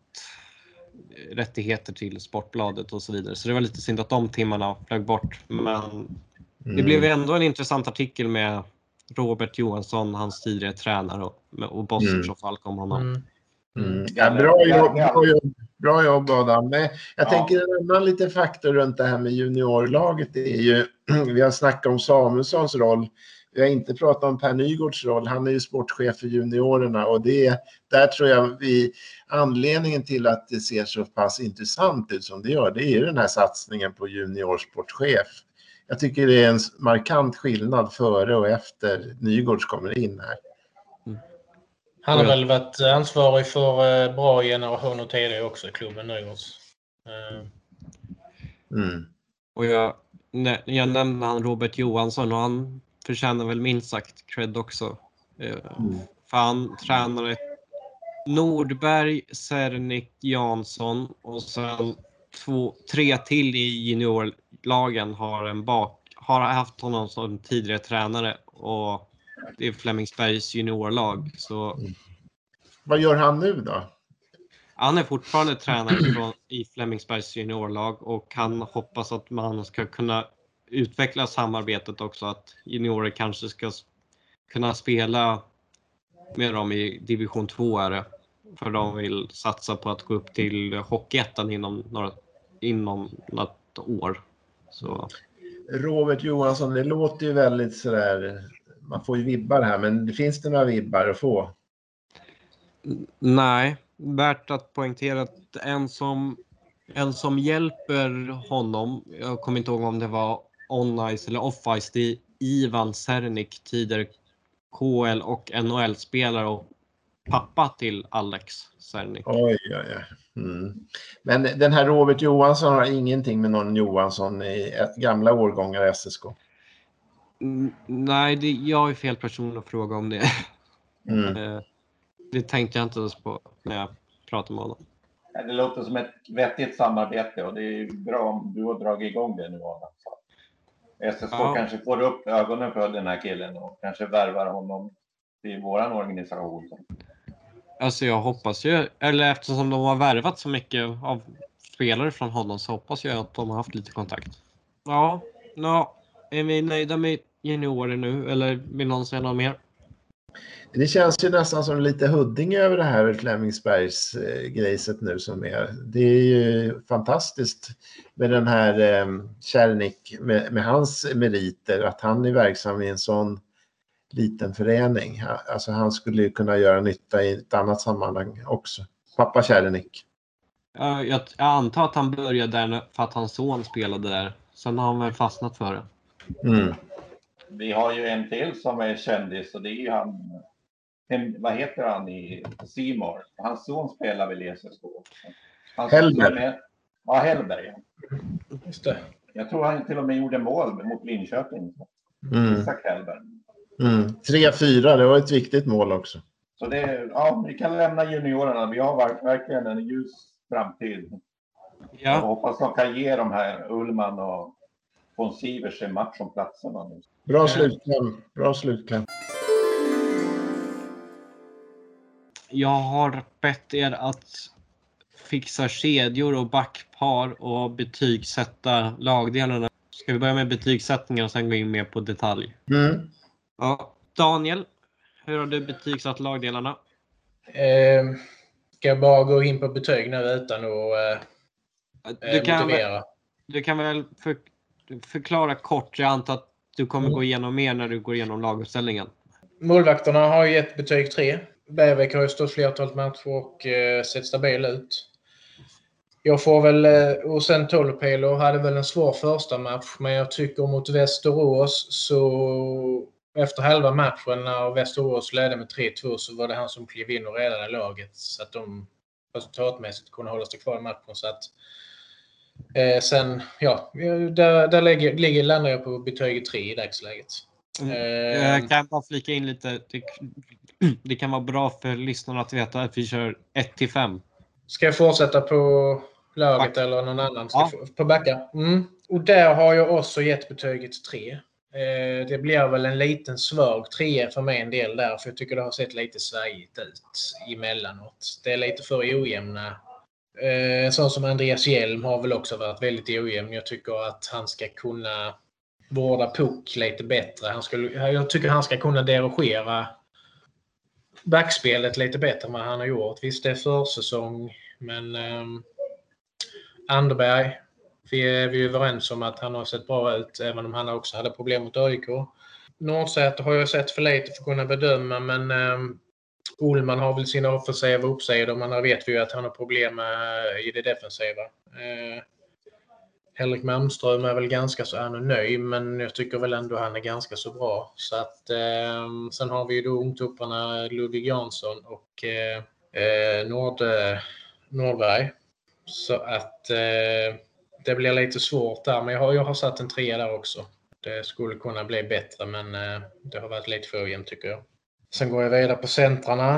rättigheter till Sportbladet och så vidare. Så det var lite synd att de timmarna flög bort. Men det blev ändå en intressant artikel med Robert Johansson, hans tidigare tränare och, och Bossers Mm. och Falk om honom. Mm. Mm. Ja, bra, jobb, bra, jobb, bra jobb Adam. Men jag Ja. tänker en annan liten faktor runt det här med juniorlaget. Det är ju, vi har snackat om Samuelssons roll. Vi har inte pratat om Per Nygårds roll. Han är ju sportchef för juniorerna och det, där tror jag vi, anledningen till att det ser så pass intressant ut som det gör, det är ju den här satsningen på juniorsportchef. Jag tycker det är en markant skillnad före och efter Nygårds kommer in här. Han har väl varit ansvarig för eh, bra generation och T D också i klubben Nygårds. Eh, Mm. Och jag, nä- jag nämnde han Robert Johansson och han förtjänar väl minst sagt cred också. Eh, Mm. För han tränade Nordberg, Sernik, Jansson och sen två, tre till i juniorlagen har, en bak, har haft honom som tidigare tränare och det är Flemingsbergs juniorlag. Så Vad gör han nu då? han är fortfarande tränare från, i Flemingsbergs juniorlag och han hoppas att man ska kunna utveckla samarbetet också. Att juniorer kanske ska s- kunna spela med dem i division två är det. För de vill satsa på att gå upp till Hockeyettan inom, några, inom något år. Så. Robert Johansson, det låter ju väldigt sådär, man får ju vibbar här, men det finns det några vibbar att få? Nej, värt att poängtera att en som, en som hjälper honom, jag kommer inte ihåg om det var on-ice eller off-ice, det är Ivan Sernik, tidigare K L och N H L-spelare och pappa till Alex Sernik. Oj, oj, oj. Mm. Men den här Robert Johansson har ingenting med någon Johansson i ett- gamla årgångar i S S K? Mm, nej, det, jag är fel person att fråga om det. Mm. Eh, det tänkte jag inte ens på när jag pratade med honom. Det låter som ett vettigt samarbete och det är bra om du har dragit igång det nu, Adam. Så S S K Ja. kanske får upp ögonen för den här killen och kanske värvar honom till våran organisation. Alltså jag hoppas ju, eller eftersom de har värvat så mycket av spelare från honom så hoppas jag att de har haft lite kontakt. Ja, no, är vi nöjda med juniorer nu eller vill någon säga något mer? Det känns ju nästan som lite Huddinge över det här Flemingsbergs eh, grejset nu som är. Det är ju fantastiskt med den här eh, Kärnik, med, med hans meriter, att han är verksam i en sån liten förening. Alltså han skulle ju kunna göra nytta i ett annat sammanhang också. Pappa Kärnik. Ja, jag, jag antar att han började där för att hans son spelade där. Sen har han väl fastnat för det. Mm. Vi har ju en till som är kändis och det är ju han, en, vad heter han i C More? Hans son spelar väl i S S K. Han Hellberg. Ja, Hellberg. Just det. Jag tror han till och med gjorde mål mot Linköping. Mm. Isak Hellberg. Mm. tre fyra, det var ett viktigt mål också. Så det, ja, vi kan lämna juniorerna. Vi har verkligen en ljus framtid. Ja. Jag hoppas de kan ge de här Ullman och von Sivers en match om platserna nu. Bra slutkläm. Bra slutkläm. Jag har bett er att fixa kedjor och backpar och betygsätta lagdelarna. Ska vi börja med betygsättningen och sen gå in mer på detalj? Mm. Ja. Daniel, hur har du betygsatt lagdelarna? Eh, ska jag bara gå in på betyg nu utan att eh, Du kan, motivera? du kan väl för, förklara kort. Jag antar att du kommer Mm. gå igenom mer när du går igenom laguppställningen. Målvakterna har gett betyg tre. Bergvik har ju stått flertalet matcher och eh, sett stabil ut. Jag får väl, eh, och sen Tolopelo hade väl en svår första match, men jag tycker mot Västerås så efter halva matchen när Västerås ledde med tre två så var det han som klev in och räddade laget så att de resultatmässigt kunde hålla sig kvar i matchen. Så att, eh, sen, ja, där, där lägger, ligger, landar jag på betyget tre i dagsläget. Mm. Eh, Jag kan bara flika in lite. Det, det kan vara bra för lyssnarna att veta att vi kör ett till fem. Ska jag fortsätta på laget Back. eller någon annan? Ska Ja. få, på backa? Mm. Och där har jag också gett betyget tre. Eh, det blir väl en liten svag tre för mig en del där. För jag tycker det har sett lite svajigt ut emellanåt. Det är lite för ojämna. Eh, sån som Andreas Hjelm har väl också varit väldigt ojämn. Jag tycker att han ska kunna vårda puck lite bättre. Han skulle, jag tycker han ska kunna dirigera backspelet lite bättre än vad han har gjort. Visst, det är försäsong, men um, Anderberg, vi är, vi är överens om att han har sett bra ut, även om han också hade problem mot A I K. Nordsäter har jag sett för lite för att kunna bedöma, men um, Ullman har väl sina offensiva uppsidor, men där vet vi ju att han har problem uh, i det defensiva. Uh, Henrik Malmström är väl ganska så anonym, men jag tycker väl ändå han är ganska så bra. Så att, eh, sen har vi ju då ungtupparna Ludvig Jansson och eh, Nord, eh, Nordberg. Så att eh, det blir lite svårt där, men jag har, jag har satt en trea där också. Det skulle kunna bli bättre, men eh, det har varit lite för ojämnt tycker jag. Sen går jag vidare på centrarna.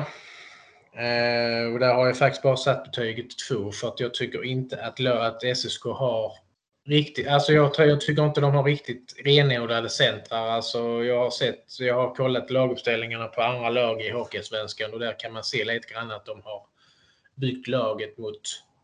Eh, och där har jag faktiskt bara satt betyget två för att jag tycker inte att, att S S K har riktigt, alltså jag, jag tycker inte de har riktigt renodlade centrar. Alltså jag har sett, jag har kollat laguppställningarna på andra lag i Hockeysvenskan och där kan man se lite grann att de har byggt laget mot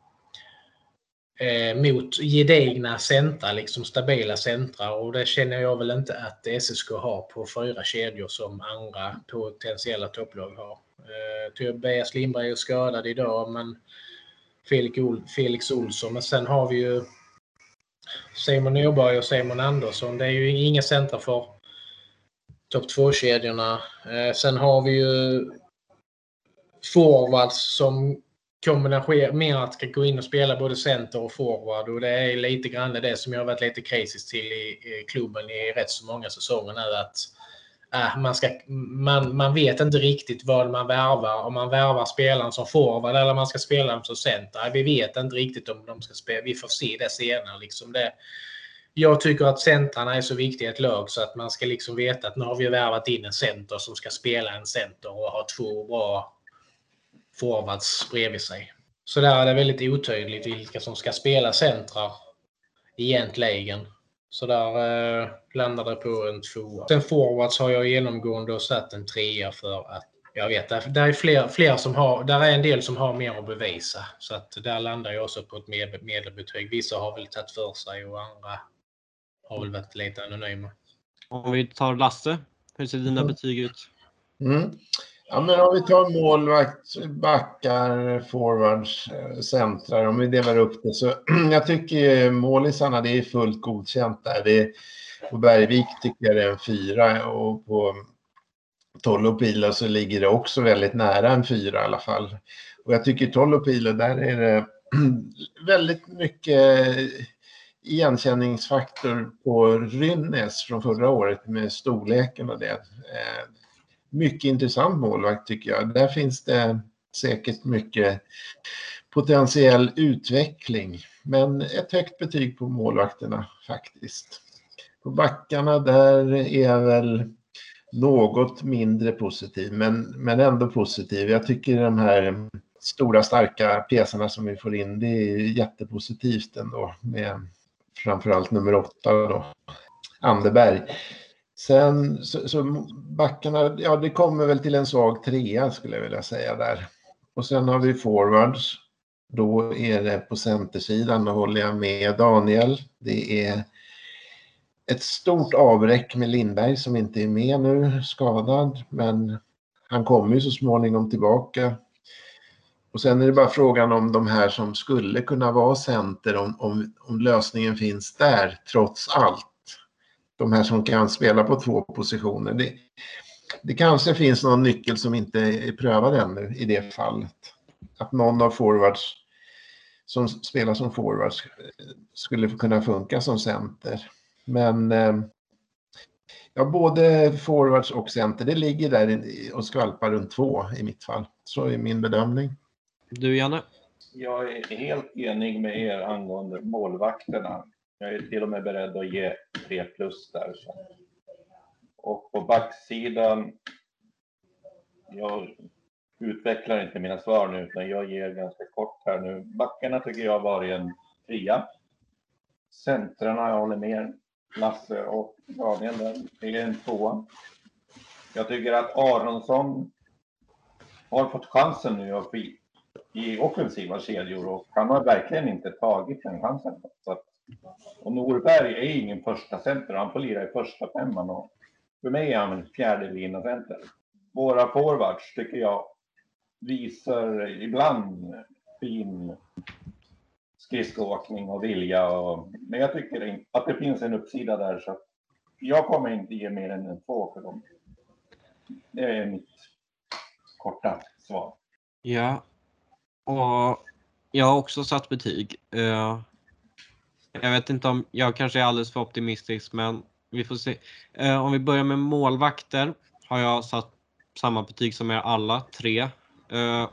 eh, mot gedigna centrar, liksom stabila centrar, och det känner jag väl inte att S S K har på fyra kedjor som andra potentiella topplag har. Eh, Tobias Lindberg är skadad idag, men Felix, Ol- Felix Olsson, men sen har vi ju Simon Norberg och Simon Andersson. Det är ju inga centra för topp två-kedjorna. Eh, sen har vi ju forwards som kombinerar mer att ska gå in och spela både center och forward. Och det är lite grann det som jag har varit lite kritisk till i, i klubben i rätt så många säsonger nu. Att äh, man, ska, man, man vet inte riktigt vad man värvar. Om man värvar spelaren som forward eller om man ska spela dem som center. Vi vet inte riktigt om de ska spela. Vi får se det senare. Liksom det. Jag tycker att centrarna är så viktiga i ett lag så att man ska liksom veta att nu har vi värvat in en center som ska spela en center och ha två bra forwards bredvid sig. Så där är det väldigt otydligt vilka som ska spela centrar egentligen. Så där eh, landar det på en tvåa. Sen forwards har jag genomgående satt en trea för att jag vet att där är fler, fler som har, där är en del som har mer att bevisa. Så att där landar jag också på ett med, medelbetyg. Vissa har väl tagit för sig och andra har väl varit lite anonyma. Om vi tar Lasse, hur ser dina Mm. betyg ut? Mm. Ja, men om vi tar målvakt, backar, forwards, centrar, om vi delar upp det så jag tycker målisarna, det är fullt godkänt där. Det är, på Bergvik tycker jag det är en fyra och på Tollopilo så ligger det också väldigt nära en fyra i alla fall. Och jag tycker Tollopilo, där är det väldigt mycket igenkänningsfaktor på Rynnes från förra året med storleken och det. Mycket intressant målvakt tycker jag. Där finns det säkert mycket potentiell utveckling. Men ett högt betyg på målvakterna faktiskt. På backarna där är jag väl något mindre positiv, men, men ändå positiv. Jag tycker de här stora starka pjäserna som vi får in, det är jättepositivt ändå. Med framförallt nummer åtta då, Anderberg. Sen så, så backarna, ja det kommer väl till en svag trea skulle jag vilja säga där. Och sen har vi forwards. Då är det på centersidan, då håller jag med Daniel. Det är ett stort avbräck med Lindberg som inte är med nu, skadad. Men han kommer ju så småningom tillbaka. Och sen är det bara frågan om de här som skulle kunna vara center, om, om, om lösningen finns där trots allt. De här som kan spela på två positioner. Det, det kanske finns någon nyckel som inte är prövad ännu i det fallet. Att någon av forwards som spelar som forwards skulle kunna funka som center. Men ja, både forwards och center, det ligger där och skvalpar runt två i mitt fall. Så är min bedömning. Du, Janne? Jag är helt enig med er angående målvakterna. Jag är till och med beredd att ge tre plus där. Så. Och på backsidan, jag utvecklar inte mina svar nu utan jag ger ganska kort här nu. Backarna tycker jag var en trea. Centrarna, jag håller med Lasse och Daniel där, det är en tvåa. Jag tycker att Aronsson har fått chansen nu att bli i offensiva kedjor och han har verkligen inte tagit den chansen. Så att, och Norberg är ingen första center, han får lira i första femman och för mig är han en fjärde lina center. Våra forwards tycker jag visar ibland fin skridskoåkning och vilja och, men jag tycker att det finns en uppsida där så att jag kommer inte ge mer än en två för dem. Det är mitt korta svar. Ja, och jag har också satt betyg. Uh, jag vet inte om jag kanske är alldeles för optimistisk, men vi får se. Uh, om vi börjar med målvakter har jag satt samma betyg som er alla, tre. Uh,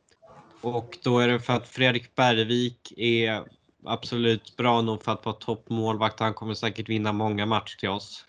och då är det för att Fredrik Bergvik är absolut bra nog för att vara toppmålvakt. Han kommer säkert vinna många matcher till oss.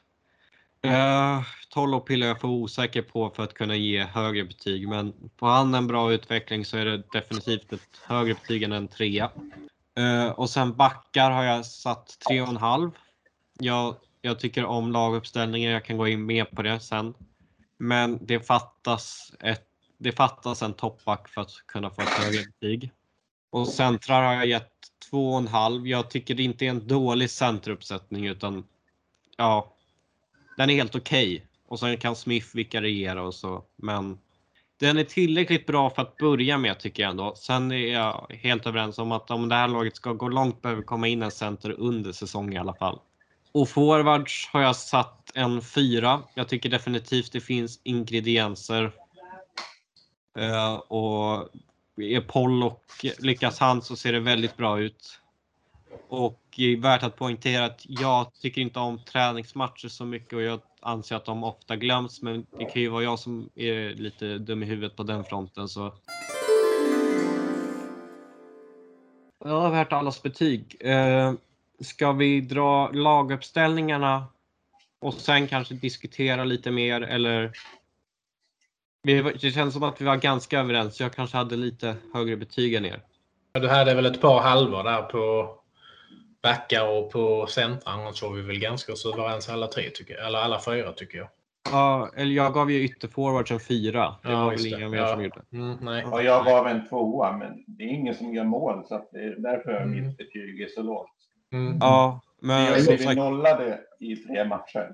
Uh, Tollopilo är jag för osäker på för att kunna ge högre betyg, men på han en bra utveckling så är det definitivt ett högre betyg än en trea. Uh, och sen backar har jag satt tre och en halv. Jag, jag tycker om laguppställningen, jag kan gå in med på det sen. Men det fattas, ett, det fattas en toppback för att kunna få ett högre betyg. Och centrar har jag gett två och en halv. Jag tycker det inte är en dålig centeruppsättning utan ja, den är helt okej. Okay. Och sen kan Smith vikariera och så. Men den är tillräckligt bra för att börja med tycker jag ändå. Sen är jag helt överens om att om det här laget ska gå långt behöver komma in en center under säsong i alla fall. Och forwards har jag satt en fyra. Jag tycker definitivt det finns ingredienser. Uh, och är Poll och lyckas han så ser det väldigt bra ut. Och värt att poängtera att jag tycker inte om träningsmatcher så mycket och jag anser att de ofta glöms, men det kan ju vara jag som är lite dum i huvudet på den fronten. Så jag har värt allas betyg. Eh, ska vi dra laguppställningarna och sen kanske diskutera lite mer, eller det känns som att vi var ganska överens. Jag kanske hade lite högre betyg än er. Du hade väl ett par halvor där på backar och på centran, och så var vi väl ganska så överens alla tre tycker jag. Eller alla fyra tycker jag. Ja, eller jag gav ju ytterforwards en fyra. Det ja, var väl inga mer ja. som gjorde. Mm, nej. Och jag gav en tvåa, men det är ingen som gör mål så att det är därför är Mm. mitt betyg är så lågt. Mm. Ja, men vi, som vi sagt, nollade i tre matcher.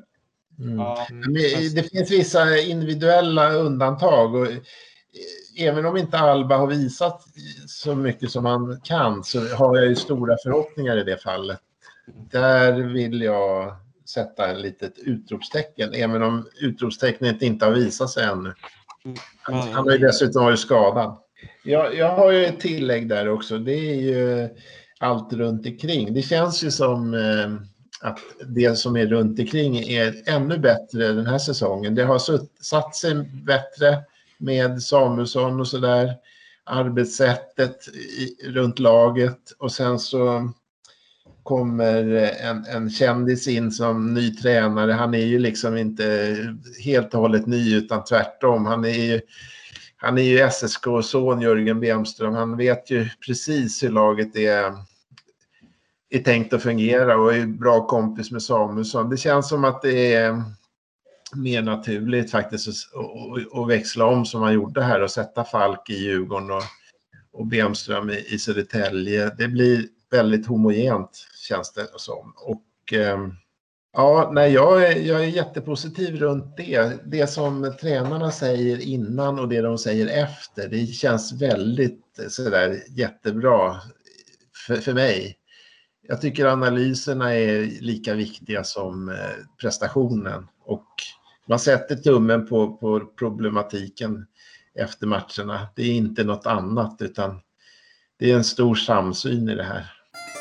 Mm. Ja, Men det finns vissa individuella undantag och även om inte Alba har visat så mycket som han kan så har jag ju stora förhoppningar i det fallet. Där vill jag sätta en litet utropstecken, även om utropstecknet inte har visat sig ännu. Han, han har ju dessutom varit skadad. Jag, jag har ju ett tillägg där också. Det är ju allt runt omkring. Det känns ju som eh, att det som är runt omkring är ännu bättre den här säsongen. Det har sutt, satt sig bättre med Samuelsson och sådär. Arbetssättet i, runt laget. Och sen så kommer en, en kändis in som ny tränare. Han är ju liksom inte helt och hållet ny utan tvärtom. Han är ju, han är ju S S K-son Jörgen Bemström. Han vet ju precis hur laget är, är tänkt att fungera och är bra kompis med Samuelsson. Det känns som att det är mer naturligt faktiskt att, att växla om som han gjorde här och sätta Falk i Djurgården och, och Bemström i, i Södertälje. Det blir väldigt homogent känns det som. Och eh, ja, nej, jag, är, jag är jättepositiv runt det. Det som tränarna säger innan och det de säger efter. Det känns väldigt sådär jättebra för, för mig. Jag tycker analyserna är lika viktiga som eh, prestationen. Och man sätter tummen på, på problematiken efter matcherna. Det är inte något annat utan det är en stor samsyn i det här.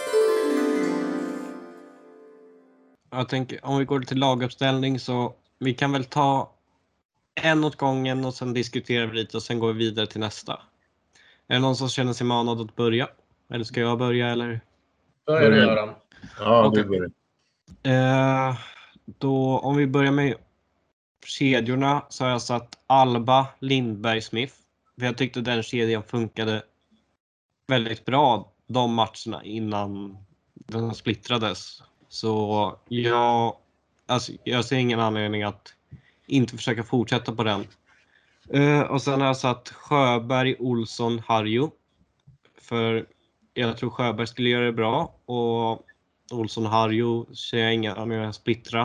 Jag tänker, om vi går till laguppställning så vi kan väl ta en åt gången och sen diskuterar vi lite och sen går vi vidare till nästa. Är det någon som känner sig manad att börja? Eller ska jag börja eller? Börja du Adam. Ja, okay. du börjar. Eh, då om vi börjar med kedjorna så har jag satt Alba, Lindberg, Smith. För jag tyckte den kedjan funkade väldigt bra de matcherna innan den splittrades. Så jag, alltså, jag ser ingen anledning att inte försöka fortsätta på den. Uh, och sen har jag satt Sjöberg, Olsson, Harjo. För jag tror Sjöberg skulle göra det bra. Och Olsson och Harjo ser jag inga anledningar att splittra.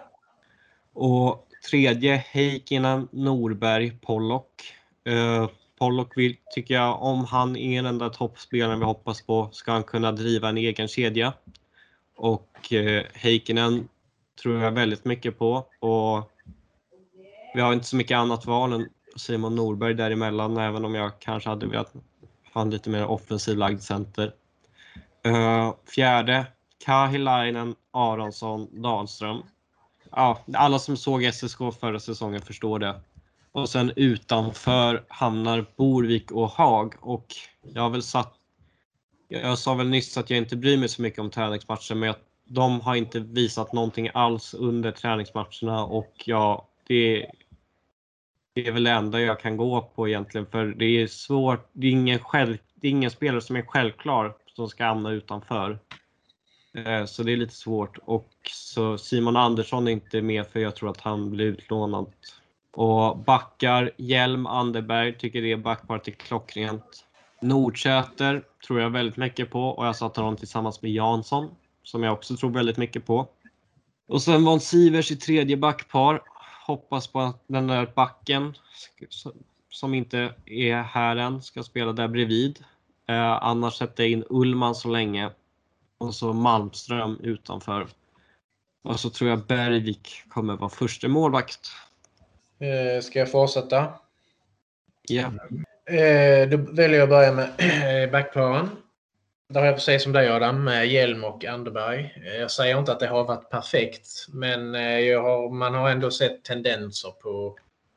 Och tredje, Heikkinen, Norberg, Pollock. Uh, Pollock vill, tycker jag, om han är den där toppspelaren vi hoppas på, ska han kunna driva en egen kedja. Och eh, Heikkinen tror jag väldigt mycket på. Och vi har inte så mycket annat val än Simon Norberg däremellan. Även om jag kanske hade velat ha en lite mer offensiv lagd center. Uh, fjärde, Kahilainen, Aronsson, Dahlström. Ja, alla som såg S S K förra säsongen förstår det. Och sen utanför hamnar Borvik och Haag. Och jag har väl satt... Jag sa väl nyss att jag inte bryr mig så mycket om träningsmatcher. Men jag, de har inte visat någonting alls under träningsmatcherna. Och ja, det, det är väl det enda jag kan gå på egentligen. För det är svårt. Det är ingen, själv, det är ingen spelare som är självklar som ska hamna utanför. Så det är lite svårt. Och så Simon Andersson är inte med för jag tror att han blir utlånad. Och backar, Hjelm, Anderberg tycker det är backparet är klockrent. Nordsäter tror jag väldigt mycket på. Och jag satte honom tillsammans med Jansson. Som jag också tror väldigt mycket på. Och sen var Sivers i tredje backpar. Hoppas på att den där backen som inte är här än ska spela där bredvid. Eh, annars sätter jag in Ullman så länge. Och så Malmström utanför. Och så tror jag Bergvik kommer vara första målvakt. Eh, ska jag fortsätta? Ja. Eh, då väljer jag att börja med backparen. Där har jag precis som dig Adam, med Hjelm och Anderberg. Jag säger inte att det har varit perfekt. Men jag har, man har ändå sett tendenser på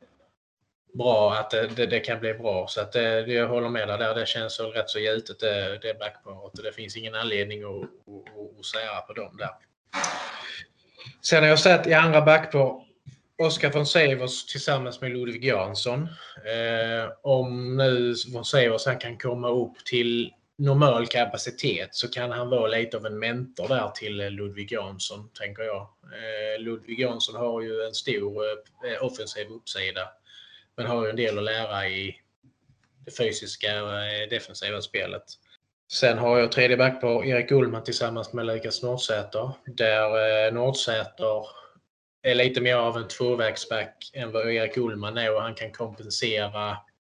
bra, att det, det, det kan bli bra. Så att det, jag håller med där. Det känns så rätt så gjutet det, det backparet. Och det finns ingen anledning att, att, att säga på dem där. Sen har jag sett i andra backpar Oskar von Severs tillsammans med Ludvig Jansson. Eh, om nu von Severs han kan komma upp till normal kapacitet så kan han vara lite av en mentor där till Ludvig Jansson, tänker jag. Eh, Ludvig Jansson har ju en stor eh, offensiv uppsida, men har ju en del att lära i det fysiska eh, defensiva spelet. Sen har jag tredje back på Erik Ullman tillsammans med Lukas Nordsäter. Där eh, Nordsäter är lite mer av en tvåvägsback än vad Erik Ullman är och han kan kompensera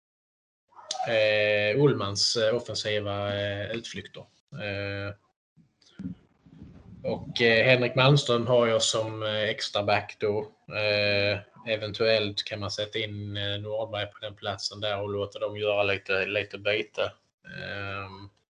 eh, Ullmans eh, offensiva eh, utflykter. Eh, och eh, Henrik Malmström har jag som eh, extra back då. Eh, eventuellt kan man sätta in eh, Nordberg på den platsen där och låta dem göra lite, lite byte. Eh,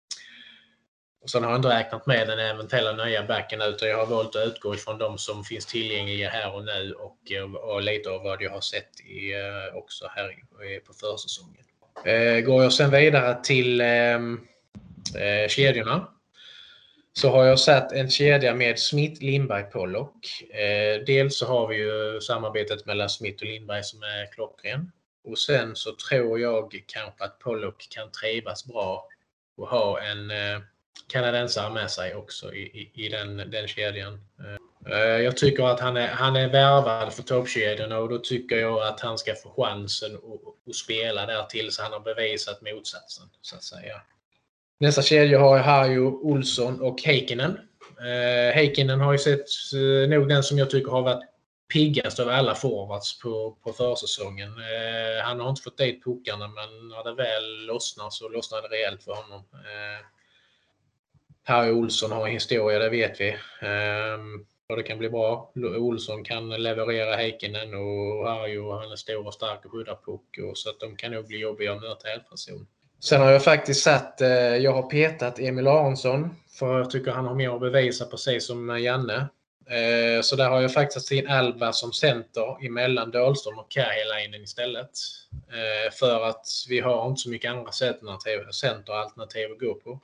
och sen har jag inte räknat med den eventuella nya backen utan jag har valt att utgå ifrån de som finns tillgängliga här och nu och, och lite av vad jag har sett i, eh, också här i, på försäsongen. Eh, går jag sen vidare till eh, eh, kedjorna så har jag satt en kedja med Smith, Lindberg, Pollock. Eh, dels så har vi ju samarbetet mellan Smith och Lindberg som är klockren. Och sen så tror jag kanske att Pollock kan trivas bra och ha en eh, kanadensare med sig också i, i, i den, den kedjan. Eh, jag tycker att han är, han är värvad för toppkedjorna och då tycker jag att han ska få chansen att, att spela där tills han har bevisat motsatsen så att säga. Nästa kedja har jag här ju Olsson och Heikkinen. Eh, Heikkinen har ju sett eh, nog den som jag tycker har varit piggast av alla forwards på, på försäsongen. Eh, han har inte fått dit puckarna men när det väl lossnar så lossnar det rejält för honom. Eh, Harry Olsson har en historia, det vet vi. Eh, och det kan bli bra. Olsson kan leverera Heikkinen och Harry och han är stor och stark och skyddar puck och så att de kan nog bli jobbiga att möta helfperson. Sen har jag faktiskt satt, eh, jag har petat Emil Aronsson för jag tycker han har mer att bevisa precis som Janne. Eh, så där har jag faktiskt sin Alba som center emellan Dahlström och Kärhelainen istället. Eh, för att vi har inte så mycket andra centeralternativ att gå på.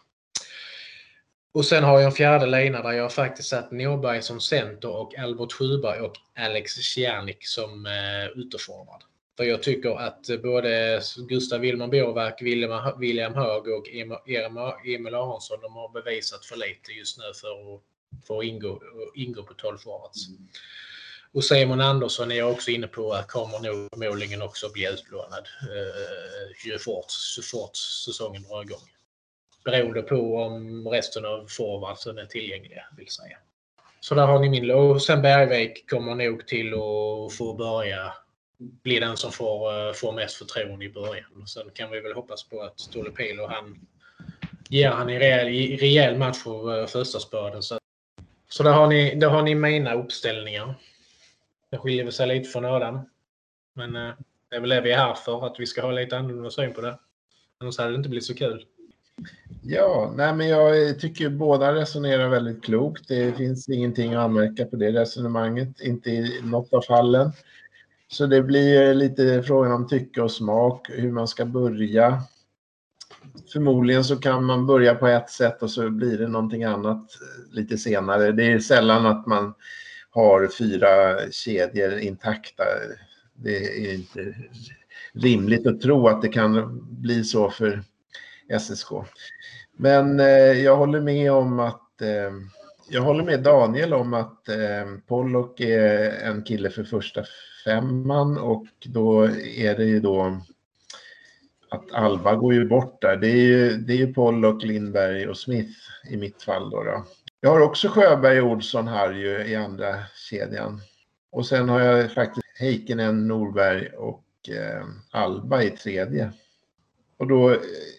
Och sen har jag en fjärde lina där jag faktiskt satt Norberg som center och Albert Sjöberg och Alex Siernik som eh, ytterforward. För jag tycker att både Gustav Wilman Borverk, William, William Hög och Emil Aronsson de har bevisat för lite just nu för att, för att ingå, ingå på tolv forwards. Mm. Och Simon Andersson är jag också inne på att kommer nog förmodligen också bli utlånad eh, ju fort, så fort säsongen drar igång. Beroende på om resten av forwardsen är tillgängliga vill säga. Så där har ni min och sen Bergvik kommer nog till att få börja blir den som får, får mest förtroende i början. Sen kan vi väl hoppas på att Tolle Pilo han ger han i rejäl, i rejäl match för första spöden. Så, så där, har ni, där har ni mina uppställningar. Det skiljer sig lite från Adam. Men eh, det är väl det vi är här för, att vi ska ha lite annorlunda syn på det. Annars hade det inte blivit så kul. Ja, nej men jag tycker båda resonerar väldigt klokt. Det finns ingenting att anmärka på det resonemanget. Inte i något av fallen. Så det blir lite frågan om tycke och smak, hur man ska börja. Förmodligen så kan man börja på ett sätt och så blir det någonting annat lite senare. Det är sällan att man har fyra kedjor intakta. Det är inte rimligt att tro att det kan bli så för S S K. Men eh, jag håller med om att eh, jag håller med Daniel om att eh, Pollock är en kille för första femman och då är det ju då att Alba går ju bort där. Det är ju, det är ju Pollock, Lindberg och Smith i mitt fall då, då. Jag har också Sjöberg och Olsson här ju i andra kedjan. Och sen har jag faktiskt Heikkinen, Norberg och eh, Alba i tredje. Och då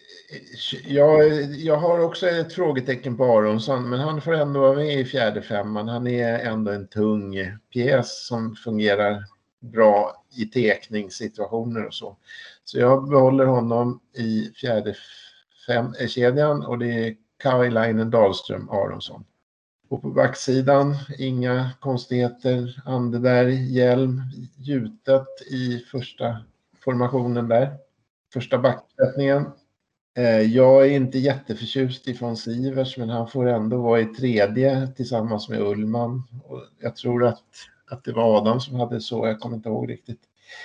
jag, jag har också ett frågetecken på Aronsson, men han får ändå vara med i fjärde femman. Han är ändå en tung pjäs som fungerar bra i tekningssituationer och så. Så jag behåller honom i fjärde fem, kedjan och det är Kailainen, Dahlström, Aronsson. Och på backsidan, inga konstigheter. Anderberg, Hjelm, gjutet i första formationen där. Första backsättningen. Jag är inte jätteförtjust ifrån Sivers, men han får ändå vara i tredje tillsammans med Ullman. Och jag tror att, att det var Adam som hade så, jag kommer inte ihåg riktigt.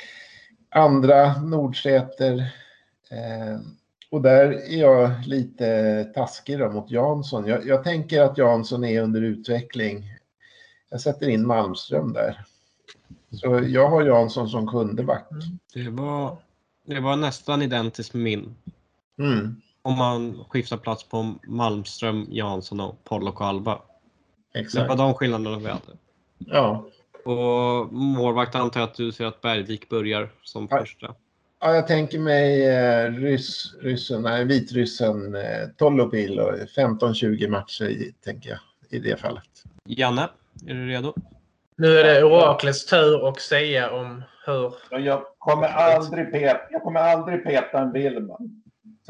Andra Nordsäter. Eh, och där är jag lite taskig då mot Jansson. Jag, jag tänker att Jansson är under utveckling. Jag sätter in Malmström där. Så jag har Jansson som sjunde back. Det var, det var nästan identiskt med min. Mm. Om man skiftar plats på Malmström, Jansson och Pollock och Alba. Exakt. Det var de skillnaderna vi hade. Ja. Och målvakt antar jag att du ser att Bergvik börjar som Ja. första. Ja, jag tänker mig eh, ryss, ryssen, nej, vitryssen eh, Tolopil och femton tjugo matcher i, tänker jag i det fallet. Janne, är du redo? Nu är det oraklets tur att säga om hur... Jag kommer aldrig peta, jag kommer aldrig peta en Willman. Så,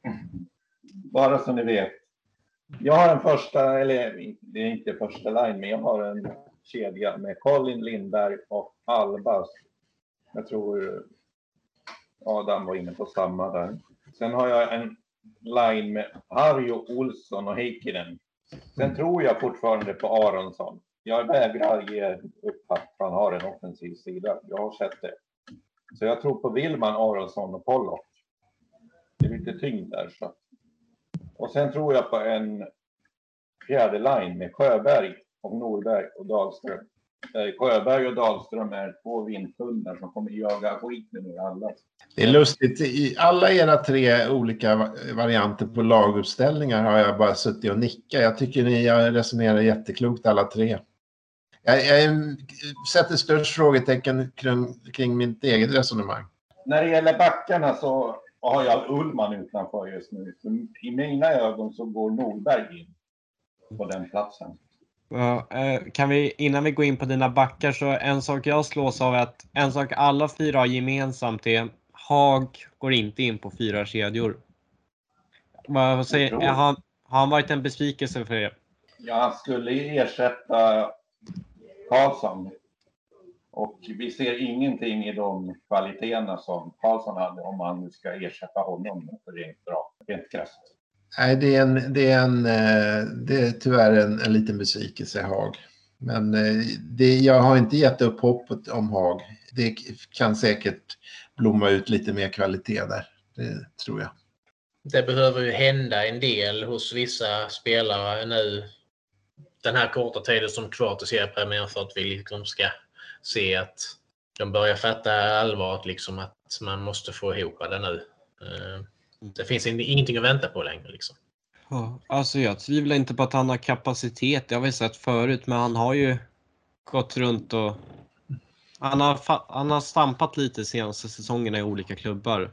bara så ni vet. Jag har en första, eller det är inte första line, men jag har en kedja med Colin Lindberg och Albas. Jag tror Adam var inne på samma där. Sen har jag en line med Harjo, Olsson och Heikkinen. Sen tror jag fortfarande på Aronsson. Jag vägrar ge upp att han har en offensiv sida. Jag har sett det. Så jag tror på Willman, Aronsson och Pollock. Det är lite tyngd där. Så. Och sen tror jag på en fjärde line med Sjöberg och Norberg och Dahlström. Sjöberg och Dahlström är två vindhundar som kommer jaga skiten ur alla. Det är lustigt. I alla era tre olika varianter på laguppställningar har jag bara suttit och nickat. Jag tycker ni resonerar jätteklokt alla tre. Jag, jag sätter störst frågetecken kring, kring mitt eget resonemang. När det gäller backarna så har jag Ullman utanför just nu. I mina ögon så går Norberg in på den platsen. Ja, kan vi, innan vi går in på dina backar, så en sak jag slås av är att en sak alla fyra har gemensamt är Hag går inte in på fyra kedjor. Vad säger, är han, har han varit en besvikelse för er? Jag skulle ersätta Karlsson. Och vi ser ingenting i de kvaliteterna som Karlsson hade om man nu ska ersätta honom för rent bra, rent krasst. Nej, det är, en, det är, en, det är tyvärr en, en liten besvikelse, Hag. Men det, jag har inte gett upp hoppet om Hag. Det kan säkert blomma ut lite mer kvalitet där, det tror jag. Det behöver ju hända en del hos vissa spelare nu den här korta tiden som kvar till seriepremiären för att vi liksom ska se att de börjar fatta allvaret, liksom att man måste få ihop det nu. Det finns ingenting att vänta på längre liksom. Ja, alltså jag tvivlar inte på att han har kapacitet. Det har vi sett förut, men han har ju gått runt och han har, han har stampat lite senaste säsongerna i olika klubbar.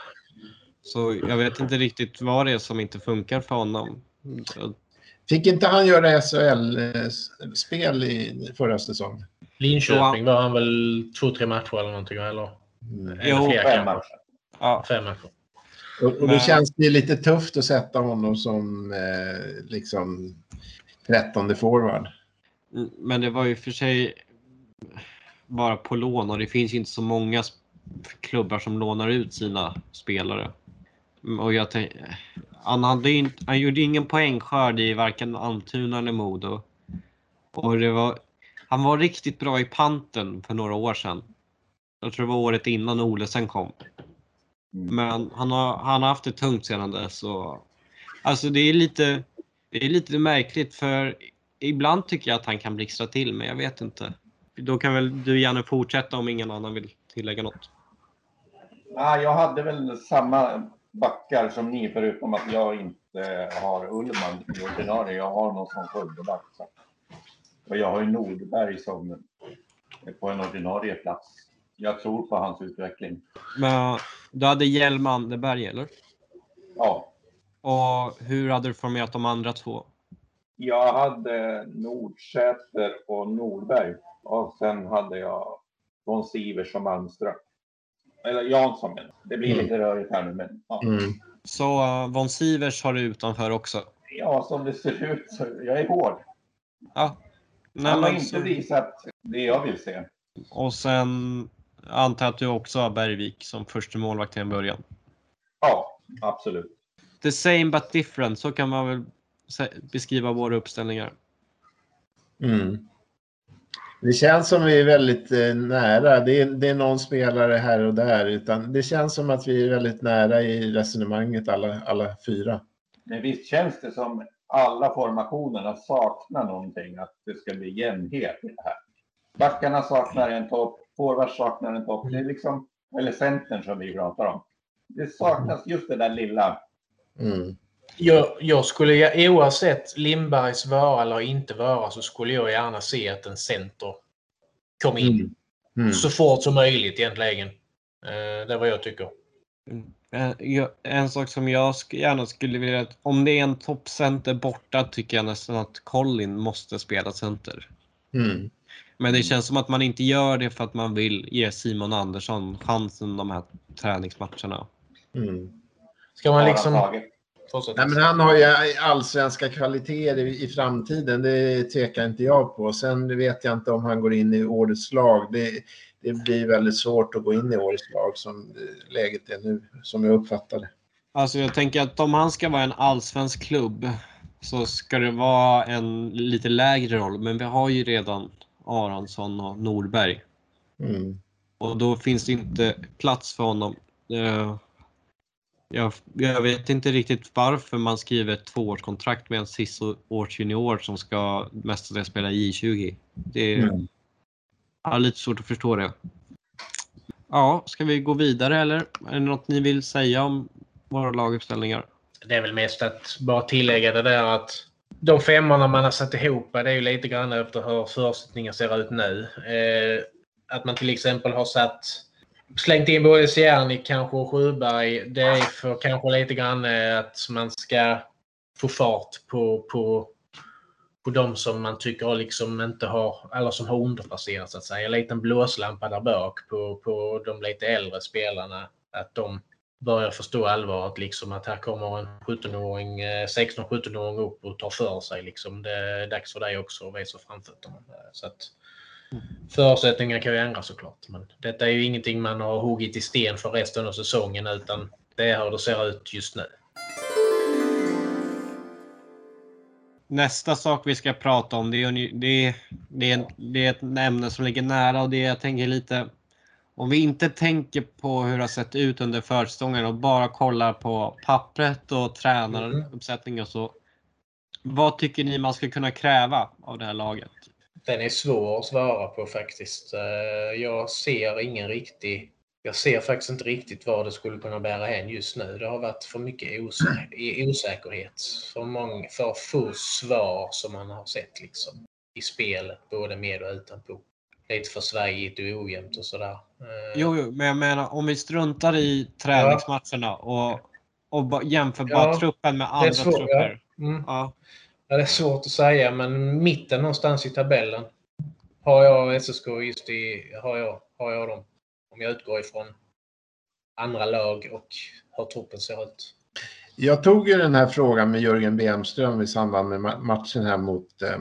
Så jag vet inte riktigt vad det är som inte funkar för honom. Fick inte han göra S H L-spel i förra säsongen? Linköping var han väl två, tre matcher eller någonting, eller? Mm. eller jo, fem matcher. Ja. Fem matcher. Och, och då Men... känns det lite tufft att sätta honom som eh, liksom trettonde forward. Men det var ju för sig bara på lån, och det finns ju inte så många klubbar som lånar ut sina spelare. Och jag tänkte, han, hade inte, han gjorde ingen poängskörd i varken Almtuna eller Modo. Och det var, han var riktigt bra i panten för några år sedan. Jag tror det var året innan Olesen kom. Men han har, han har haft det tungt sedan dess. Och, alltså det är lite, det är lite märkligt, för ibland tycker jag att han kan blixtra till, men jag vet inte. Då kan väl du gärna fortsätta om ingen annan vill tillägga något. Ja, jag hade väl samma backar som ni, förutom att jag inte har Ullman i ordinarie. Jag har någon som Skövdeback. Och jag har ju Nordberg som är på en ordinarie plats. Jag tror på hans utveckling. Men du hade Hjelm Anderberg, eller? Ja. Och hur hade du formerat de andra två? Jag hade Nordsäter och Nordberg. Och sen hade jag von Sivers och Malmström. Eller Jansson. Det blir mm. lite rörigt här nu. Men, ja. mm. Så uh, von Sivers har du utanför också? Ja, som det ser ut. Så jag är hård. Ja. Nej, Han har men inte så... visat det jag vill se. Och sen antar jag att du också har Bergvik som första målvakt till en början. Ja, absolut. The same but different, så kan man väl beskriva våra uppställningar. Mm. Det känns som vi är väldigt eh, nära. Det är, det är någon spelare här och där. Utan det känns som att vi är väldigt nära i resonemanget, alla, alla fyra. Men visst känns det som alla formationerna saknar någonting. Att det ska bli jämnhet i det här. Backarna saknar en topp. Forwards saknar en topp. Det är liksom, eller centern som vi pratar om. Det saknas just det där lilla. Mm. Jag, jag skulle, oavsett Lindbergs vara eller inte vara, så skulle jag gärna se att en center kom in. Mm. Mm. Så fort som möjligt egentligen. Det är vad jag tycker. En sak som jag gärna skulle vilja, om det är en toppcenter borta, tycker jag nästan att Colin måste spela center. Mm. Men det känns som att man inte gör det för att man vill ge Simon Andersson chansen de här träningsmatcherna. Mm. Ska man liksom... Nej, men han har ju allsvenska kvaliteter i, i framtiden, det tvekar inte jag på. Sen vet jag inte om han går in i årets lag. Det, det blir väldigt svårt att gå in i årets lag som läget är nu, som jag uppfattar det. Alltså jag tänker att om han ska vara en allsvensk klubb så ska det vara en lite lägre roll. Men vi har ju redan Aronsson och Norberg. Mm. Och då finns det inte plats för honom. Jag, jag vet inte riktigt varför man skriver ett tvåårskontrakt med en sista års junior som ska mestadels spela J tjugo. Det är mm. ja, lite svårt att förstå det. Ja, ska vi gå vidare eller är det något ni vill säga om våra laguppställningar? Det är väl mest att bara tillägga det där att de femmorna man har satt ihop, det är ju lite grann efter hur förutsättningar ser ut nu. Eh, att man till exempel har satt slängt in både Siernik kanske och Sjöberg, det är för kanske lite grann att man ska få fart på, på, på de som man tycker liksom inte har, eller som har underpresterat så att säga. En liten blåslampa där bak på, på de lite äldre spelarna, att de börjar förstå allvaret liksom, att här kommer en sjutton-åring, sexton sjutton-åring upp och tar för sig liksom. Det är dags för dig också att visa framfötterna. Så att förutsättningar kan ju ändras såklart, men detta är ju ingenting man har huggit i sten för resten av säsongen, utan det är hur det ser ut just nu. Nästa sak vi ska prata om, det är, det, det, är, det är ett ämne som ligger nära, och det jag tänker lite, om vi inte tänker på hur det har sett ut under försäsongen och bara kollar på pappret och tränaruppsättning och så, vad tycker ni man ska kunna kräva av det här laget? Den är svår att svara på faktiskt. Jag ser ingen riktig... Jag ser faktiskt inte riktigt vad det skulle kunna bära hän just nu. Det har varit för mycket osä- osäkerhet. För, många, för få svar som man har sett liksom, i spelet, både med och utanpå. Lite för svajigt och ojämnt och sådär. Jo, jo, men jag menar, om vi struntar i träningsmatcherna och, och jämför bara ja, truppen med andra svår, trupper. Ja. Mm. Ja. Ja, det är svårt att säga, men mitten någonstans i tabellen har jag S S K just i, har jag, har jag dem. Om jag utgår ifrån andra lag och hur truppen ser ut. Jag tog ju den här frågan med Jörgen Bemström i samband med matchen här mot, eh,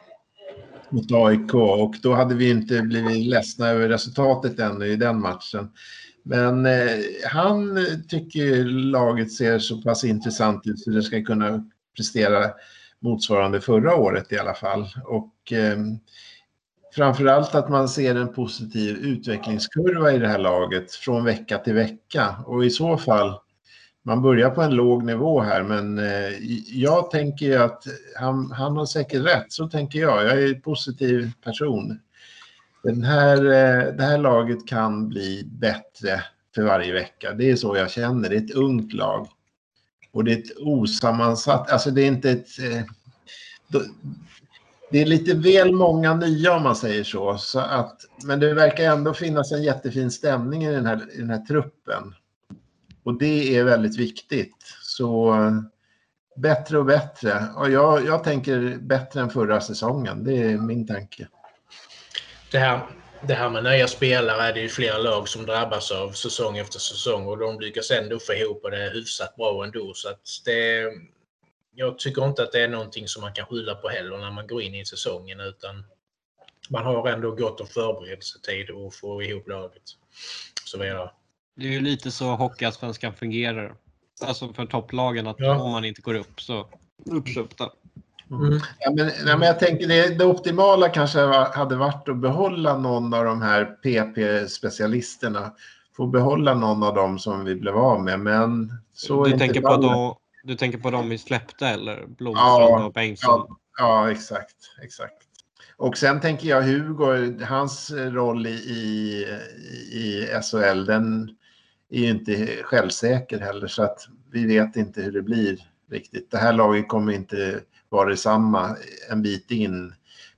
mot A I K, och då hade vi inte blivit ledsna över resultatet ännu i den matchen. Men eh, han tycker laget ser så pass intressant ut så det ska kunna prestera motsvarande förra året i alla fall. Och eh, framförallt att man ser en positiv utvecklingskurva i det här laget från vecka till vecka. Och i så fall, man börjar på en låg nivå här, men eh, jag tänker ju att han, han har säkert rätt, så tänker jag. Jag är en positiv person. Den här, eh, det här laget kan bli bättre för varje vecka. Det är så jag känner. Det är ett ungt lag. Och det är ett osammansatt, alltså det är inte ett... Eh, då, det är lite väl många nya om man säger så. så att, men det verkar ändå finnas en jättefin stämning i den här, i den här truppen. Och det är väldigt viktigt. Så bättre och bättre. Och jag, jag tänker bättre än förra säsongen. Det är min tanke. Det här, det här med nya spelare är det ju flera lag som drabbas av säsong efter säsong. Och de lyckas ändå få ihop det hyfsat bra ändå. Så att det, jag tycker inte att det är någonting som man kan skylla på heller när man går in i säsongen. Utan man har ändå gått och förberedelsetid och få ihop laget. Så vidare. Det är ju lite så hockeyallsvenskan fungerar. Alltså för topplagen, att Ja. om man inte går upp så uppköpta. Mm. Ja, men, ja, men jag tänker det, det optimala kanske hade varit att behålla någon av de här P P-specialisterna. Få behålla någon av dem som vi blev av med. Men så Du är tänker inte på fallet. dem, du tänker på dem vi släppte, eller Blomstrand Ja, och Bengtsson? Ja, ja, exakt, exakt. Och sen tänker jag Hugo, hans roll i, i, i S H L, den är ju inte självsäker heller, så att vi vet inte hur det blir riktigt. Det här laget kommer inte vara detsamma en bit in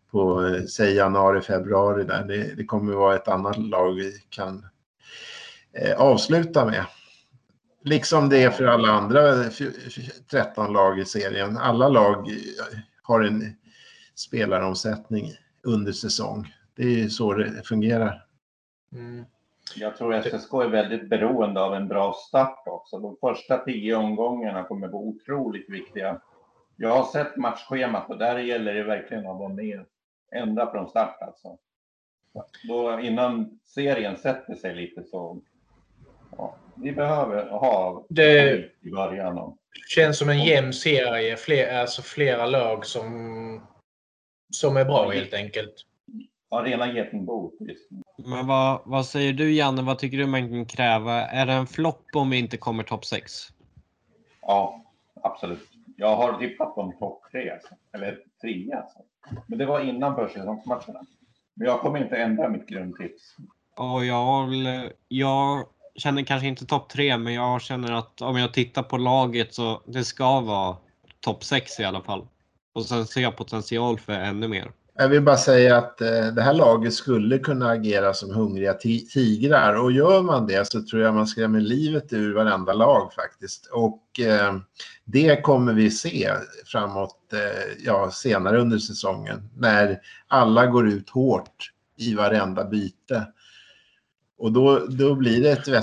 på säg januari, februari där. Det, det kommer vara ett annat lag vi kan eh, avsluta med. Liksom det är för alla andra tretton lag i serien. Alla lag har en spelaromsättning under säsong. Det är ju så det fungerar. Mm. Jag tror att S S K är väldigt beroende av en bra start också. De första tio omgångarna kommer vara otroligt viktiga. Jag har sett matchschemat och där gäller det verkligen att vara med ända från start alltså. Då innan serien sätter sig lite så ja, vi behöver ha det i början. Och... känns som en jämn serie, fler, alltså flera lag som, som är bra helt enkelt. Ja, rena getingbo. Men vad, vad säger du Janne, vad tycker du man kan kräva? Är det en flopp om vi inte kommer topp sex? Ja, absolut. Jag har tippat om topp tre, alltså. Eller tre alltså. Men det var innan försäsongsmatcherna. Men jag kommer inte ändra mitt grundtips. Och jag, jag känner kanske inte topp tre, men jag känner att om jag tittar på laget så det ska vara topp sex i alla fall. Och sen ser jag potential för ännu mer. Jag vill bara säga att eh, det här laget skulle kunna agera som hungriga tigrar. Och gör man det så tror jag man skrämmer livet ur varenda lag faktiskt. Och eh, det kommer vi se framåt eh, ja, senare under säsongen. När alla går ut hårt i varenda byte. Och då, då blir det ett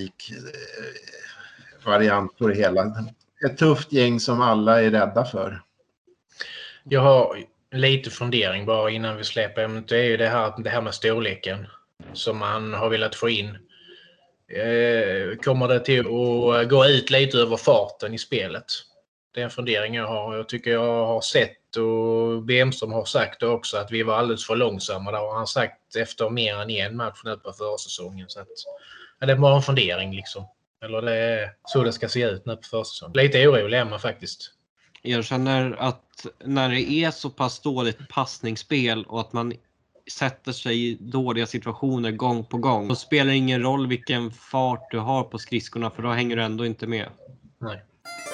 Västervik-variant på det hela. Ett tufft gäng som alla är rädda för. Jag har lite fundering bara innan vi släpper. Det är ju det här, det här med storleken som man har velat få in. Eh, kommer det till att gå ut lite över farten i spelet? Det är en fundering jag har. Jag tycker jag har sett och Bemström har sagt det också att vi var alldeles för långsamma. Det har han sagt efter mer än en match nu på försäsongen. Så att, ja, det är bara en fundering liksom. Eller det är så det ska se ut nu på försäsongen. Lite orolig är man faktiskt. Jag känner att när det är så pass dåligt passningsspel och att man sätter sig i dåliga situationer gång på gång, då spelar det ingen roll vilken fart du har på skridskorna, för då hänger du ändå inte med. Nej.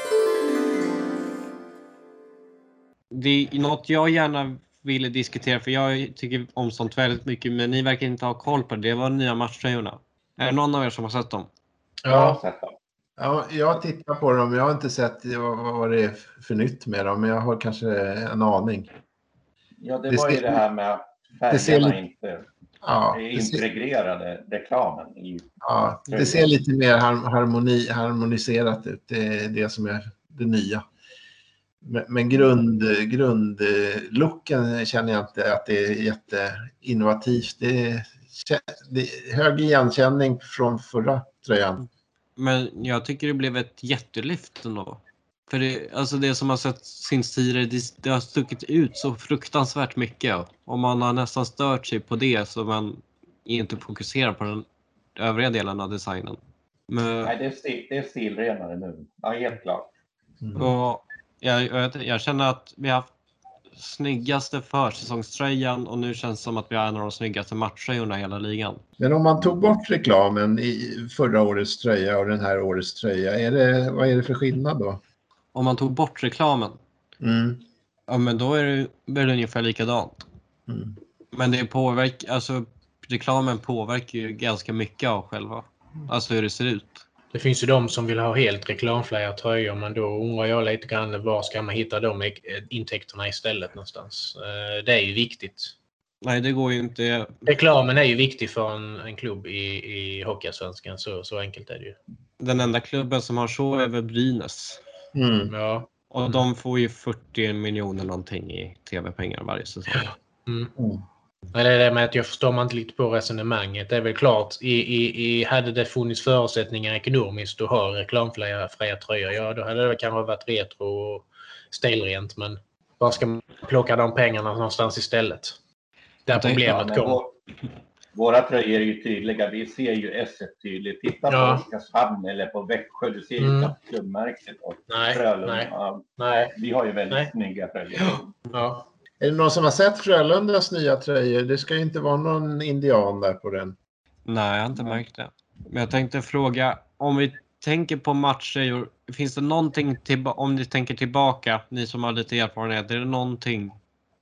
Det är något jag gärna ville diskutera, för jag tycker om sånt väldigt mycket, men ni verkar inte ha koll på det. Det var nya matchtröjorna. Är det någon av er som har sett dem? Ja, jag har sett dem. Ja, jag tittar på dem. Jag har inte sett vad, vad det är för nytt med dem, men jag har kanske en aning. Ja, det, Det var ser- ju det här med att det ser färgerna lite- inte Ja, är det ser, integrerade reklamen i. ja, det ser lite mer har- harmoni, harmoniserat ut. Det är det som är det nya. Men, men grund, grundlooken känner jag inte att det är jätteinnovativt. Det är, det är hög igenkänning från förra tröjan. Men jag tycker det blev ett jättelyft ändå. För det, alltså det som har sett sin tidigare, det, det har stuckit ut så fruktansvärt mycket. Och man har nästan stört sig på det, så man inte fokuserar på den övriga delen av designen. Men, Nej, det är, stil, det är stilrenare nu. Ja, helt klart. Mm. och jag, jag, jag känner att vi har haft snyggaste försäsongströjan och nu känns det som att vi har en av de snyggaste matchtröjorna i hela ligan. Men om man tog bort reklamen i förra årets tröja och den här årets tröja, är det, vad är det för skillnad då? Om man tog bort reklamen, Mm. ja, men då är det, är det ungefär likadant. Mm. Men det påverkar, alltså reklamen påverkar ju ganska mycket av själva, alltså hur det ser ut. Det finns ju de som vill ha helt reklamfria tröjor, men då undrar jag lite grann var ska man hitta de intäkterna istället någonstans. Det är ju viktigt. Nej, det går ju inte. Reklamen är ju viktig för en, en klubb i, i Hockeyallsvenskan, så, så enkelt är det ju. Den enda klubben som har så är väl Brynäs. Mm. Ja. Och Mm. de får ju fyrtio miljoner någonting i tv-pengar varje säsong. Mm. Mm. Men det är det med att jag förstår man inte lite på resonemanget. Det är väl klart, i, i, i, hade det funnits förutsättningar ekonomiskt att ha reklamfria fria tröjor, ja då hade det kanske varit retro och stelrent, men var ska man plocka de pengarna någonstans istället? Där problemet Ja, kommer. vår, våra tröjor är ju tydliga. Vi ser ju S ett tydligt. Titta Ja. på Oskarshamn eller på Växjö. Du ser ju Mm. knappt klubbmärket. Och Nej, Frölunda. nej. Ja, Nej. vi har ju väldigt Nej. snygga tröjor. Ja. Är det någon som har sett Frölundas nya tröjor? Det ska ju inte vara någon indian där på den. Nej, jag har inte Nej. märkt det. Men jag tänkte fråga, om vi tänker på matcher, finns det någonting, tillba- om ni tänker tillbaka, ni som har lite erfarenhet, är det någonting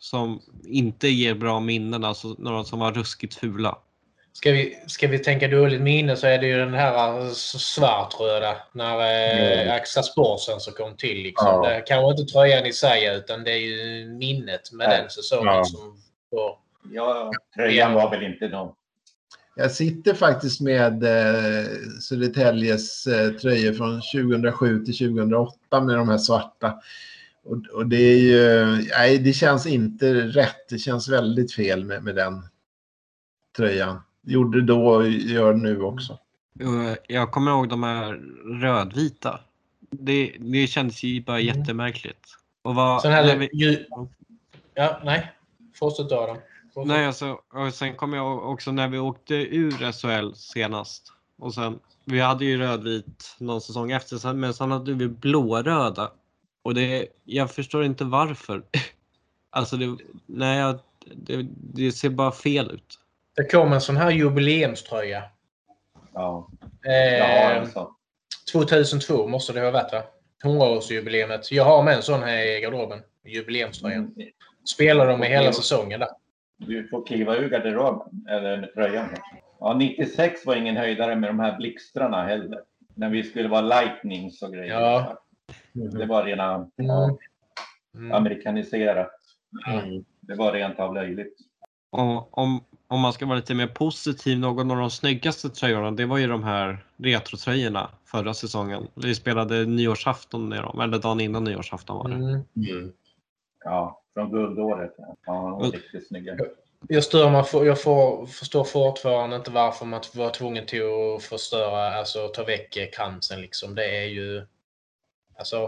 som inte ger bra minnen, alltså några som var ruskigt fula. Ska vi, ska vi tänka dåligt minne så är det ju den här svartröda när eh, Ja. Axel Sporsen så kom till. Liksom. Ja. Det kanske inte tröjan i sig utan det är ju minnet med Nej. den säsongen Ja. som får... Ja, tröjan var väl inte någon. Jag sitter faktiskt med eh, Södertäljes eh, tröjor från tjugohundrasju till tjugohundraåtta med de här svarta. Och, och det är ju, nej, det känns inte rätt. Det känns väldigt fel med, med den tröjan. Gjorde det då och gör nu också. Jag kommer ihåg de här rödvita. Det, det kändes ju bara Mm. jättemärkligt. Och vad, Sen hade när vi, ju... Ja, nej. Fortsätt Adam. Fortsätt. nej, alltså, och sen kommer jag också när vi åkte ur S H L senast. Och sen, vi hade ju rödvit någon säsong efter, sen, men sen hade vi blåröda. Och det, jag förstår inte varför. Alltså, det, nej, jag, det, det ser bara fel ut. Det kom en sån här jubileumströja. Ja, Eh, jag har en sån. tjugohundratvå måste det ha varit va? hundraårsjubileet. Jag har med en sån här i garderoben. Jubileumströjan. Mm. Spelar de i hela säsongen där. Du får kliva ur garderoben, eller tröjan. Ja, nittiosex var ingen höjdare med de här blixtrarna heller. När vi skulle vara lightnings och grejer. Ja. Det var rena ja, Mm. Mm. amerikaniserat. Mm. Det var rent av löjligt. Och om, om man ska vara lite mer positiv, någon av de snyggaste tröjorna, det var ju de här retrotröjorna förra säsongen. Vi spelade nyårsafton med dem, eller dagen innan nyårsafton var det. Mm. Mm. Ja, från guldåret. Ja, de var riktigt snygga. Jag, stör mig för, jag får, förstår fortfarande inte varför man var tvungen till att förstöra, alltså ta väck kransen liksom. Det är ju, alltså,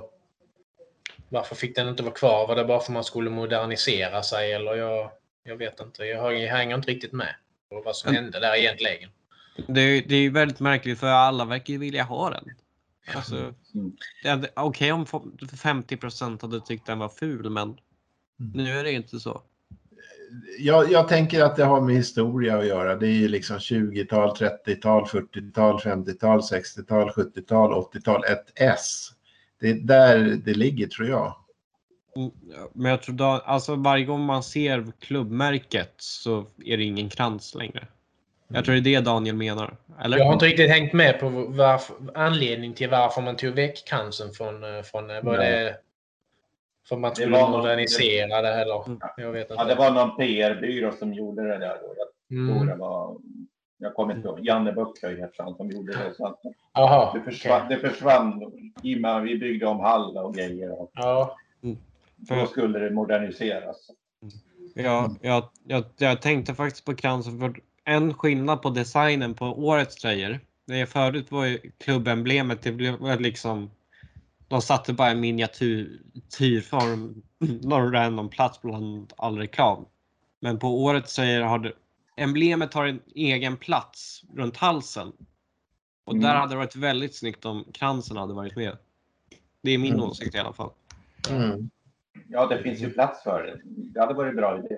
varför fick den inte vara kvar? Var det bara för att man skulle modernisera sig eller jag, jag vet inte. Jag, jag hänger inte riktigt med på vad som hände där egentligen. Det, det är ju väldigt märkligt för alla verkar ju vilja ha den. Alltså, Mm. det- okej om femtio procent hade tyckt den var ful, men nu är det inte så. Jag, jag tänker att det har med historia att göra. Det är ju liksom tjugotal, trettiotal, fyrtiotal, femtiotal, sextiotal, sjuttiotal, åttiotal. Ett S. Det är där det ligger tror jag. Mm, Men jag tror då, alltså varje gång man ser klubbmärket så är det ingen krans längre. Jag tror det är det Daniel menar. Eller? Jag har inte riktigt hängt med på varför, anledning till varför man tog väck kransen från, från var det för att man skulle var någon- modernisera det eller Mm. jag vet inte. Ja, det var någon P R-byrå som gjorde det där. Då. Jag tror Mm. det var, jag kommer inte ihåg, Janne Böckhöj heter han som gjorde det. Så att Jaha, det, försvann, okej. det försvann i och med att vi byggde om hall och grejer. Och Ja. då skulle det moderniseras. Ja, jag, jag, jag tänkte faktiskt på kransen för en skillnad på designen på årets tröjor. Det är förut var ju klubbemblemet, det blev liksom de satte bara en miniatyrform någon random plats bland all reklam. Men på årets tröjor har det, emblemet har en egen plats runt halsen. Och Mm. där hade det varit väldigt snyggt om kransen hade varit med. Det är min Mm. åsikt i alla fall. Mm. Ja, det finns ju plats för det. Det hade varit bra idé.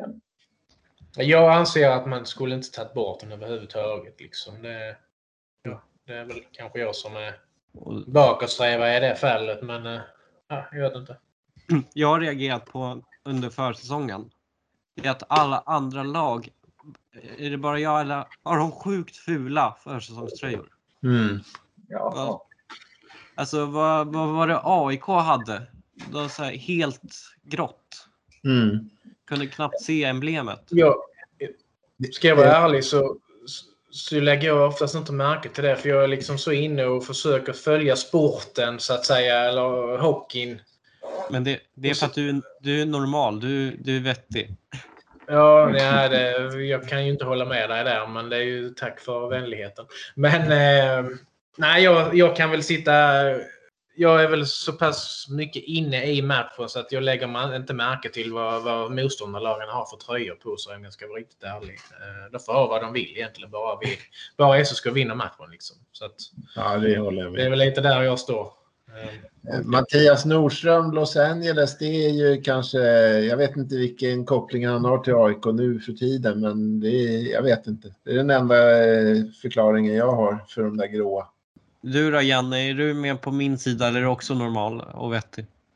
Jag anser att man skulle inte tagit bort den överhuvudtaget liksom. Det, ja, det är väl kanske jag som är Och bakåtsträvare i det fallet men eh, ja, jag vet inte. jag har reagerat på under försäsongen. Det är att alla andra lag, är det bara jag eller har de sjukt fula försäsongströjor? Mm. Ja, Ja. Alltså vad, vad var det A I K hade? Det var så här helt grått. Mm. Kunde knappt se emblemet. Jag, ska jag vara ärlig så, så lägger jag oftast inte märke till det för jag är liksom så inne och försöker följa sporten så att säga eller hockeyn. Men det, det är för att du, du är normal, du, du är vettig. Ja, det är det. Jag kan ju inte hålla med dig där men det är ju tack för vänligheten. Men eh, nej, jag, jag kan väl sitta... Jag är väl så pass mycket inne i matchen så att jag lägger man inte märke till vad, vad motståndarlagen har för tröjor på sig om jag ska vara riktigt ärlig. Eh, de får ha vad de vill egentligen. Bara, vi, bara S K ska vinna matchen. Liksom. Så att, Ja, det håller jag det är med. väl lite där jag står. Eh, Mattias Nordström, Los Angeles, det är ju kanske, jag vet inte vilken koppling han har till A I K nu för tiden, men det är, jag vet inte. Det är den enda eh, förklaringen jag har för de där gråa. Du då Janne, är du med på min sida eller är du också normal och vettig?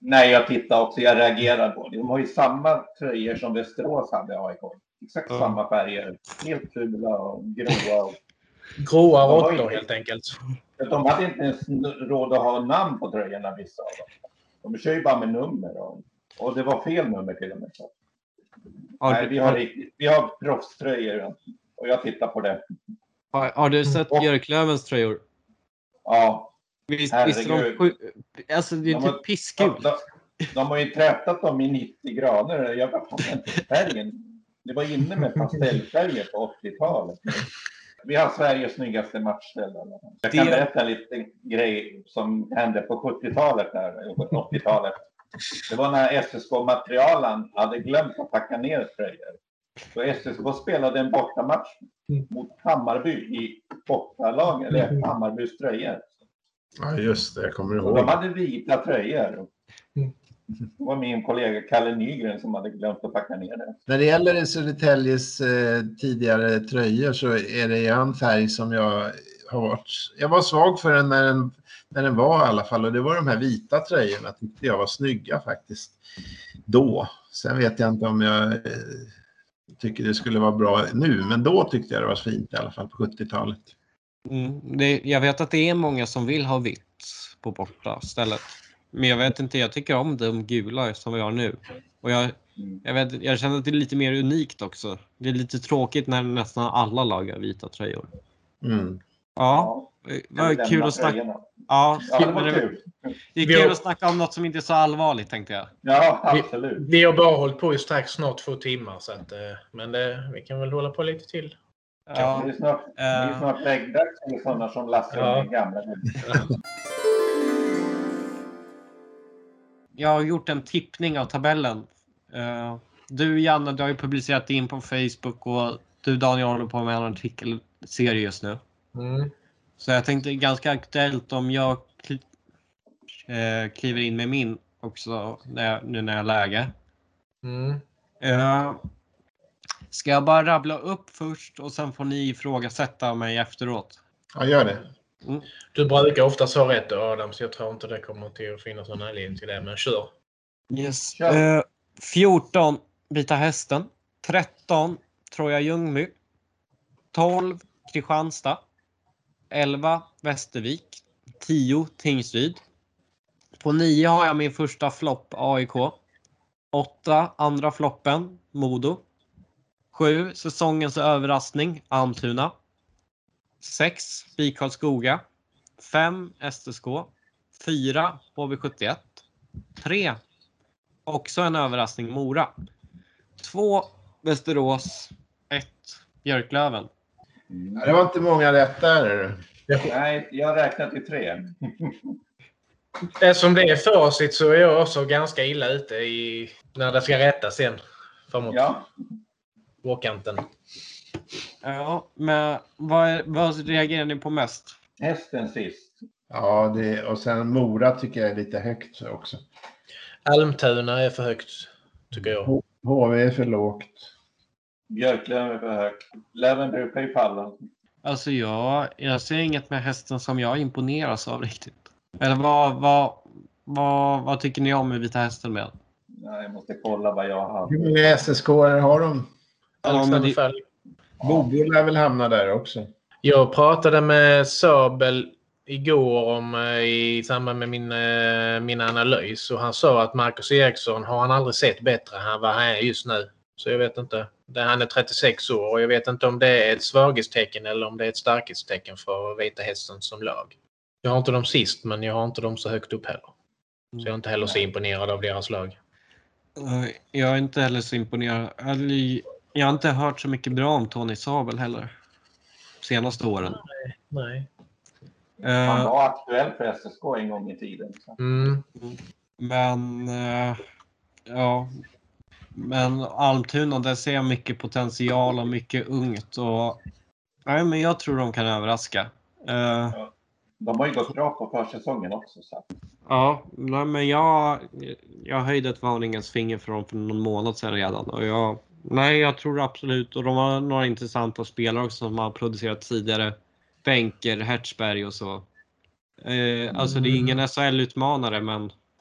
Nej, jag tittar också. Jag reagerar på det. De har ju samma tröjor som Västerås hade A I K. Exakt Ja. samma färger. Helt fula och gråa. Och... Gråa De har råttor inte- helt enkelt. De hade inte ens råd att ha namn på tröjorna, vissa av dem. De kör ju bara med nummer. Och, och det var fel nummer till och med. Så. Har, Nej, du, vi har, riktigt- vi har proffströjor. Och jag tittar på det. har, har du sett Och- Björklövens tröjor? Ja, Visst, Herregud. visst är de sju... Alltså det är De har- typ pissgult. de, de, de har ju tvättat dem i nittio grader. Jag fattar inte färgen. Det var inne med pastellfärger på åttiotalet. Vi har Sveriges snyggaste matchställare. Jag kan Det- berätta lite grej som hände på sjuttiotalet där, åttiotalet. Det var när S S K-materialen hade glömt att packa ner tröjor. Så S S K spelade en bortamatch mot Hammarby i bortalag, eller Hammarbys tröjor. Ja, just det. Jag kommer Och de ihåg. hade vita tröjor. Det var min kollega Kalle Nygren som hade glömt att packa ner det. När det gäller Södertäljes eh, tidigare tröjor så är det en färg som jag har varit... Jag var svag för den när den, när den var i alla fall. Och det var de här vita tröjorna. Tyckte jag var snygga faktiskt. Då. Sen vet jag inte om jag eh, tycker det skulle vara bra nu. Men då tyckte jag det var fint i alla fall på sjuttiotalet. Mm, det, jag vet att det är många som vill ha vitt på borta stället. Men jag vet inte, jag tycker om de gula som vi har nu. Och jag, jag, vet, jag känner att det är lite mer unikt också. Det är lite tråkigt när nästan alla lag har vita tröjor. Mm. Ja, det var kul att snacka. Tröjorna. Ja, Ja, det men var det, kul. det är Vi kul har- att snacka om något som inte är så allvarligt, tänkte jag. Ja, absolut. Vi har bara hållit på i strax snart två timmar. Så att, eh, men det, vi kan väl hålla på lite till. Ja, Det är snart, det är eh, snart läggdags för sådana som Lasse och Ja. min gamla. jag har gjort en tippning av tabellen. Eh, Du Janne, du har ju publicerat in på Facebook och du Daniel håller på med en artikelserie just nu. Mm. Så jag tänkte ganska aktuellt om jag kli- eh, kliver in med min också när jag, nu när jag har läge. Mm. Eh, ska jag bara rabbla upp först och sen får ni ifrågasätta mig efteråt? Ja, gör det. Du brukar oftast ha rätt Adam, så jag tror inte det kommer till att finnas någon anledning till det. Men kör. Yes. Kör. Eh, fjorton Vita Hästen. tretton Troja Ljungby. tolv Kristianstad. elva Västervik. tio Tingsryd. På nio har jag min första flopp A I K. åtta andra floppen Modo. sju säsongens överraskning Almtuna. sex BIK Karlskoga. fem S S K. fyra H V sjuttioett. tre också en överraskning Mora. två Västerås. ett Björklöven. Ja, det var inte många rätt där. Nej, jag räknar till tre. Eftersom det är facit så är jag också ganska illa ute i när det ska rättas sen. Framåt Ja, vårkanten. Ja, men vad, är, vad reagerar ni på mest? hästen sist. Ja, det, och sen Mora tycker jag är lite högt också. Almtuna är för högt, tycker jag. H V är för lågt. Björklöven är för högt. Löven brukar ju falla. Alltså jag, jag ser inget med hästen som jag imponeras av riktigt. Eller vad, vad, vad, vad tycker ni om med Vita Hästen med? Nej, jag måste kolla vad jag har. Hur många S S K har de? Ja, men det, Fall. Bobo lär väl hamna där också. Jag pratade med Sabel igår om eh, i samband med min, eh, min analys och han sa att Marcus Eriksson har han aldrig sett bättre än vad han är just nu. Så jag vet inte. Det, han är trettiosex år och jag vet inte om det är ett svaghetstecken eller om det är ett starkhetstecken för Vita Hästen som lag. Jag har inte dem sist, men jag har inte dem så högt upp heller. Så jag är inte heller så imponerad av deras lag. jag är inte heller så imponerad. Eller, jag har inte hört så mycket bra om Tony Sabel heller. Senaste åren. Nej. Han Uh, var aktuell för S S K en gång i tiden. Så. Mm. men uh, ja. Men Almtuna, där ser jag mycket potential och mycket ungt. Och, nej, men jag tror de kan överraska. Uh, De har ju gått bra på försäsongen också. Så. Ja, nej, men jag, jag höjde ett varningens finger för dem för någon månad sedan redan. Och jag, nej, jag tror absolut. Och de har några intressanta spelare också som har producerat tidigare. Bänker, Hertzberg och så. Eh, alltså det är ingen S H L-utmanare, men...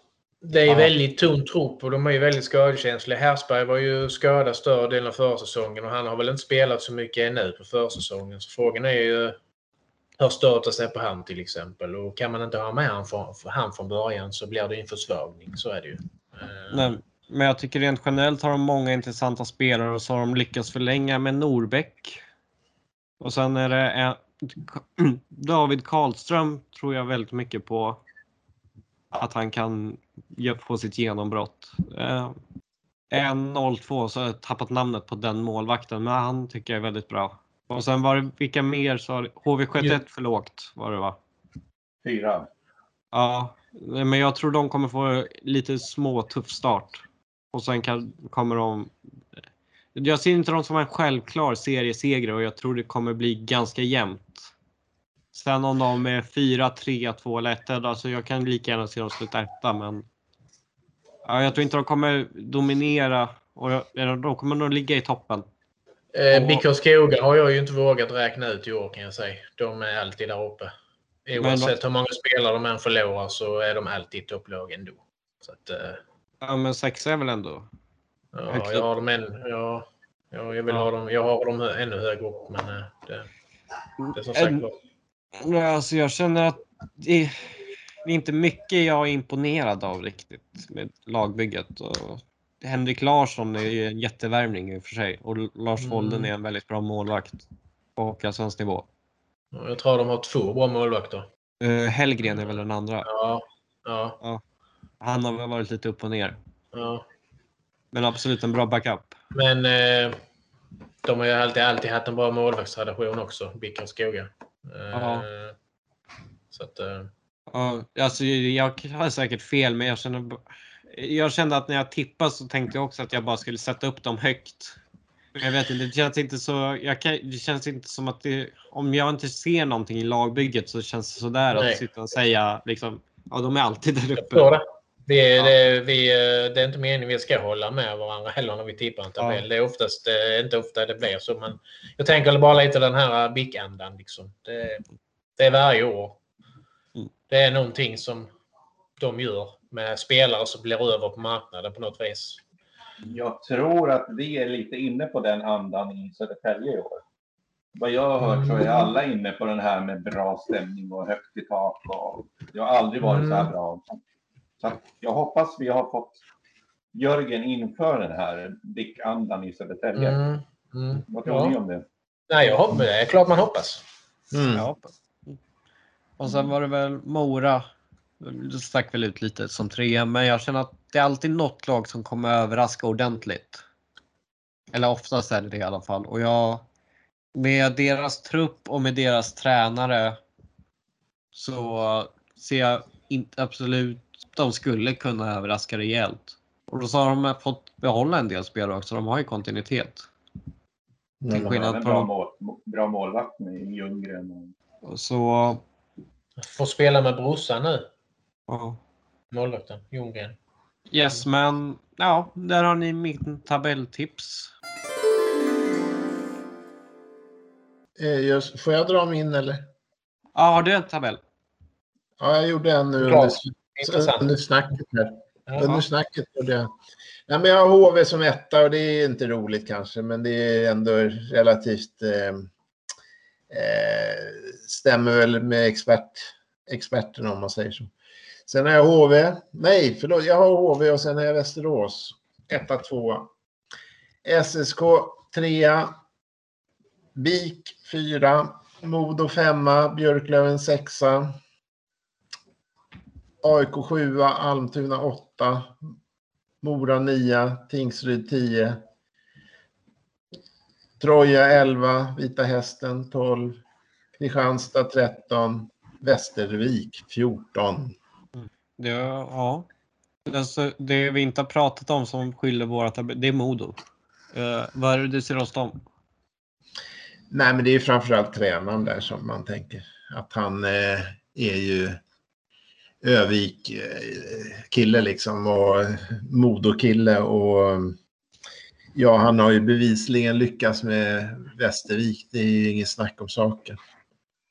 Det är Ja. väldigt tunt trupp och de är ju väldigt skadekänsliga. Hersberg var ju skadad större delen av försäsongen och han har väl inte spelat så mycket ännu på försäsongen. Så frågan är ju hur status är på han till exempel. Och kan man inte ha med han från, han från början så blir det en försvagning. Så är det ju. Nej, men jag tycker rent generellt har de många intressanta spelare och så har de lyckats förlänga med Norbeck. Och sen är det en, David Karlström tror jag väldigt mycket på att han kan få sitt genombrott. Eh, en noll två så har jag tappat namnet på den målvakten, men han tycker jag är väldigt bra. Och sen var det, vilka mer så har det, H V sjuttioett för lågt var det va? Fyra. Ja, men jag tror de kommer få lite små tuff start. Och sen kan, kommer de... Jag ser inte dem som en självklar serieseger och jag tror det kommer bli ganska jämnt. Sen om de är fyra, tre, två eller ett, alltså jag kan lika gärna se dem sluta etta, men ja, jag tror inte de kommer dominera och jag, de kommer nog ligga i toppen. Eh, B K Skoga har jag ju inte vågat räkna ut i år kan jag säga. De är alltid där uppe. Oavsett hur många spelare de än förlorar så är de alltid i topplag ändå. Så att, eh, ja, men sex är väl ändå? Ja, jag har dem än, ja, ja, jag vill ja. ha dem, jag har dem ännu högre upp, men det, det är som sagt var. Alltså jag känner att det är, det är inte mycket jag är imponerad av riktigt med lagbygget. Och Henrik Larsson är ju en jättevärvning i och för sig och Lars Mm. Holden är en väldigt bra målvakt på Hockeyallsvensk nivå. Jag tror de har två bra målvakter. Uh, Hellgren är väl den andra. Ja, ja. Ja. Han har väl varit lite upp och ner. Ja. Men absolut en bra backup. Men eh, de har ju alltid, alltid haft en bra målvaktstradition också, B K Skoga. Eh, så att... Eh. Ja, alltså jag har säkert fel, men jag känner, jag kände att när jag tippade så tänkte jag också att jag bara skulle sätta upp dem högt. Jag vet inte, det känns inte så, jag kan, det känns inte som att det, om jag inte ser någonting i lagbygget så känns det sådär att sitta och säga liksom, ja de är alltid där uppe. Det. Vi, ja. det, vi, det är inte meningen vi ska hålla med varandra heller när vi tippar en tabell. Ja. Det är oftast inte ofta det blir så, men jag tänker bara lite den här bickandan liksom. Det, det är varje år. Mm. Det är någonting som de gör med spelare som blir över på marknaden på något vis. Jag tror att vi är lite inne på den andan i Södertälje i år. Vad jag har hört så är alla inne på den här med bra stämning och högt i tak. Och det har aldrig varit mm. så här bra. Så jag hoppas vi har fått Jörgen inför den här bickandan i Södertälje. Mm. Mm. Vad tror ja. ni om det? Nej, jag hoppas, det är klart man hoppas. Mm. Jag hoppas. Och sen var det väl Mora. Det stack väl ut lite som trea, men jag känner att det är alltid något lag som kommer överraska ordentligt. Eller oftast är det det i alla fall. Och jag, med deras trupp och med deras tränare så ser jag inte absolut att de skulle kunna överraska rejält. Och då så har de fått behålla en del spelare också. De har ju kontinuitet. Mm, Till skillnad på bra, mål, bra målvakt med Ljunggren. Och så... Får spela med brorsan nu. Ja. Målvakten, Ljunggren. Yes, men ja, där har ni min tabelltips. Eh, får jag dra min eller? Ja, har du en tabell? Ja, jag gjorde en nu under, under snacket här. Ja. Under snacket gjorde jag. Ja, men jag har H V som etta och det är inte roligt kanske, men det är ändå relativt eh, eh, stämmer väl med expert, experterna om man säger så. Sen har jag H V. Nej, förlåt. Jag har H V och sen har jag Västerås. Etta, tvåa. S S K trea. Bik fyra. Modo femma. Björklöven sexa. A I K sjua. Almtuna åtta. Mora nia. Tingsryd tio. Troja elva. Vita Hästen tolv. Kristianstad tretton. Västervik fjorton. Det, ja. Alltså, det vi inte har pratat om som skiljer våra tabeller, det är Modo. Uh, vad är det du ser hos dem? Nej, men det är framförallt tränaren där som man tänker. Att han eh, är ju Övik eh, kille liksom och Modo-kille. Och ja, han har ju bevisligen lyckats med Västervik. Det är ju ingen snack om saken.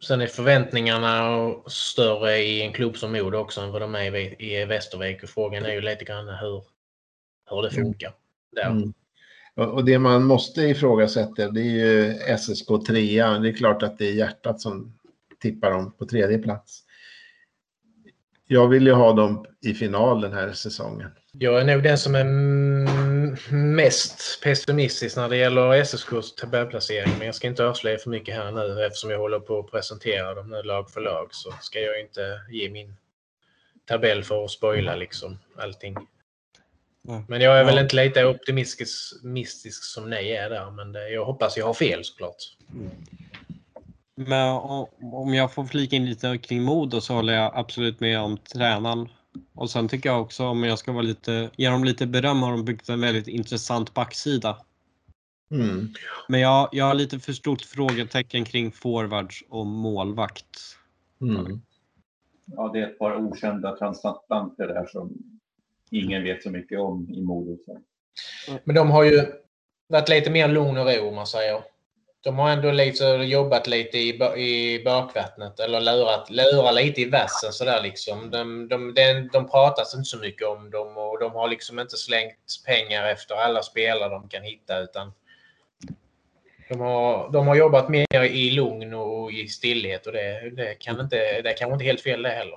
Sen är förväntningarna större i en klubb som Modo också än vad de är i Västervik. Och frågan är ju lite grann hur, hur det funkar där. Mm. Och det man måste ifrågasätta, det är ju S S K trea. Det är klart att det är hjärtat som tippar dem på tredje plats. Jag vill ju ha dem i final den här säsongen. Jag är nog den som är mest pessimistisk när det gäller S S K:s tabellplacering. Men jag ska inte avslöja för mycket här nu eftersom jag håller på att presentera dem nu lag för lag. Så ska jag inte ge min tabell för att spoila liksom allting. Men jag är ja. väl inte lite optimistisk som ni är där. Men det, jag hoppas jag har fel såklart. Mm. Men om jag får flika in lite kring Modo så håller jag absolut med om tränaren. Och sen tycker jag också, om jag ska vara lite, ge dem lite beröm, har de byggt en väldigt intressant backsida. Mm. Men jag, jag har lite för stort frågetecken kring forwards och målvakt. Mm. Ja, det är ett par okända transatlanter där som ingen vet så mycket om i Modo. Men de har ju varit lite mer lugn och ro, om man säger. De har ändå lite jobbat lite i, i bakvattnet eller lurat, lurat lite i vassen sådär liksom. De, de, de, de pratas inte så mycket om dem och de har liksom inte slängt pengar efter alla spelare de kan hitta utan de har, de har jobbat mer i lugn och i stillhet och det, det kan inte, det kan inte helt fel det heller.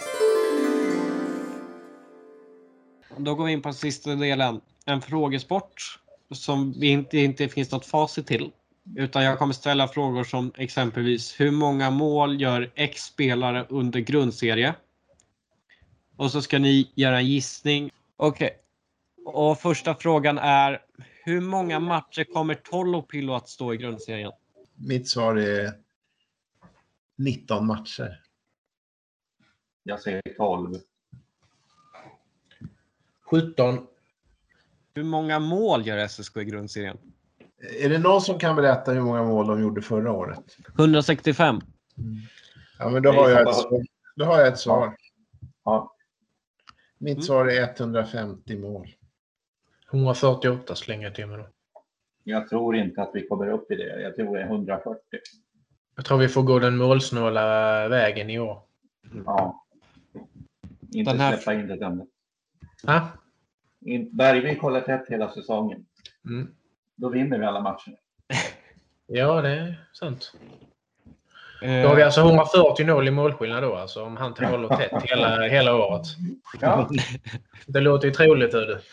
Då går vi in på sista delen. En frågesport som vi inte, inte finns något facit till. Utan jag kommer ställa frågor som exempelvis hur många mål gör X spelare under grundserie? Och så ska ni göra en gissning. Okej. Okay. Och första frågan är hur många matcher kommer Tolopillo att stå i grundserien? Mitt svar är nitton matcher. Jag säger tolv. sjutton. Hur många mål gör S S K i grundserien? Är det någon som kan berätta hur många mål de gjorde förra året? hundrasextiofem. Mm. Ja, men då har jag ett svar. Då har jag ett svar. Ja. Mitt Mm. svar är etthundrafemtio mål. hundrafyrtioåtta slänger jag till mig då. Jag tror inte att vi kommer upp i det. Jag tror det är hundrafyrtio. Jag tror vi får gå den målsnåla vägen i år. Ja. Inte Den här... släppa in det ämnet. Ha? Bergvik håller tätt hela säsongen. Mm. Då vinner vi alla matcher. Ja, det är sant. Eh, Då har vi alltså hundrafyrtio noll i målskillnad då, alltså, om han håller tätt hela, hela året. Ja. Det låter ju troligt, hör du.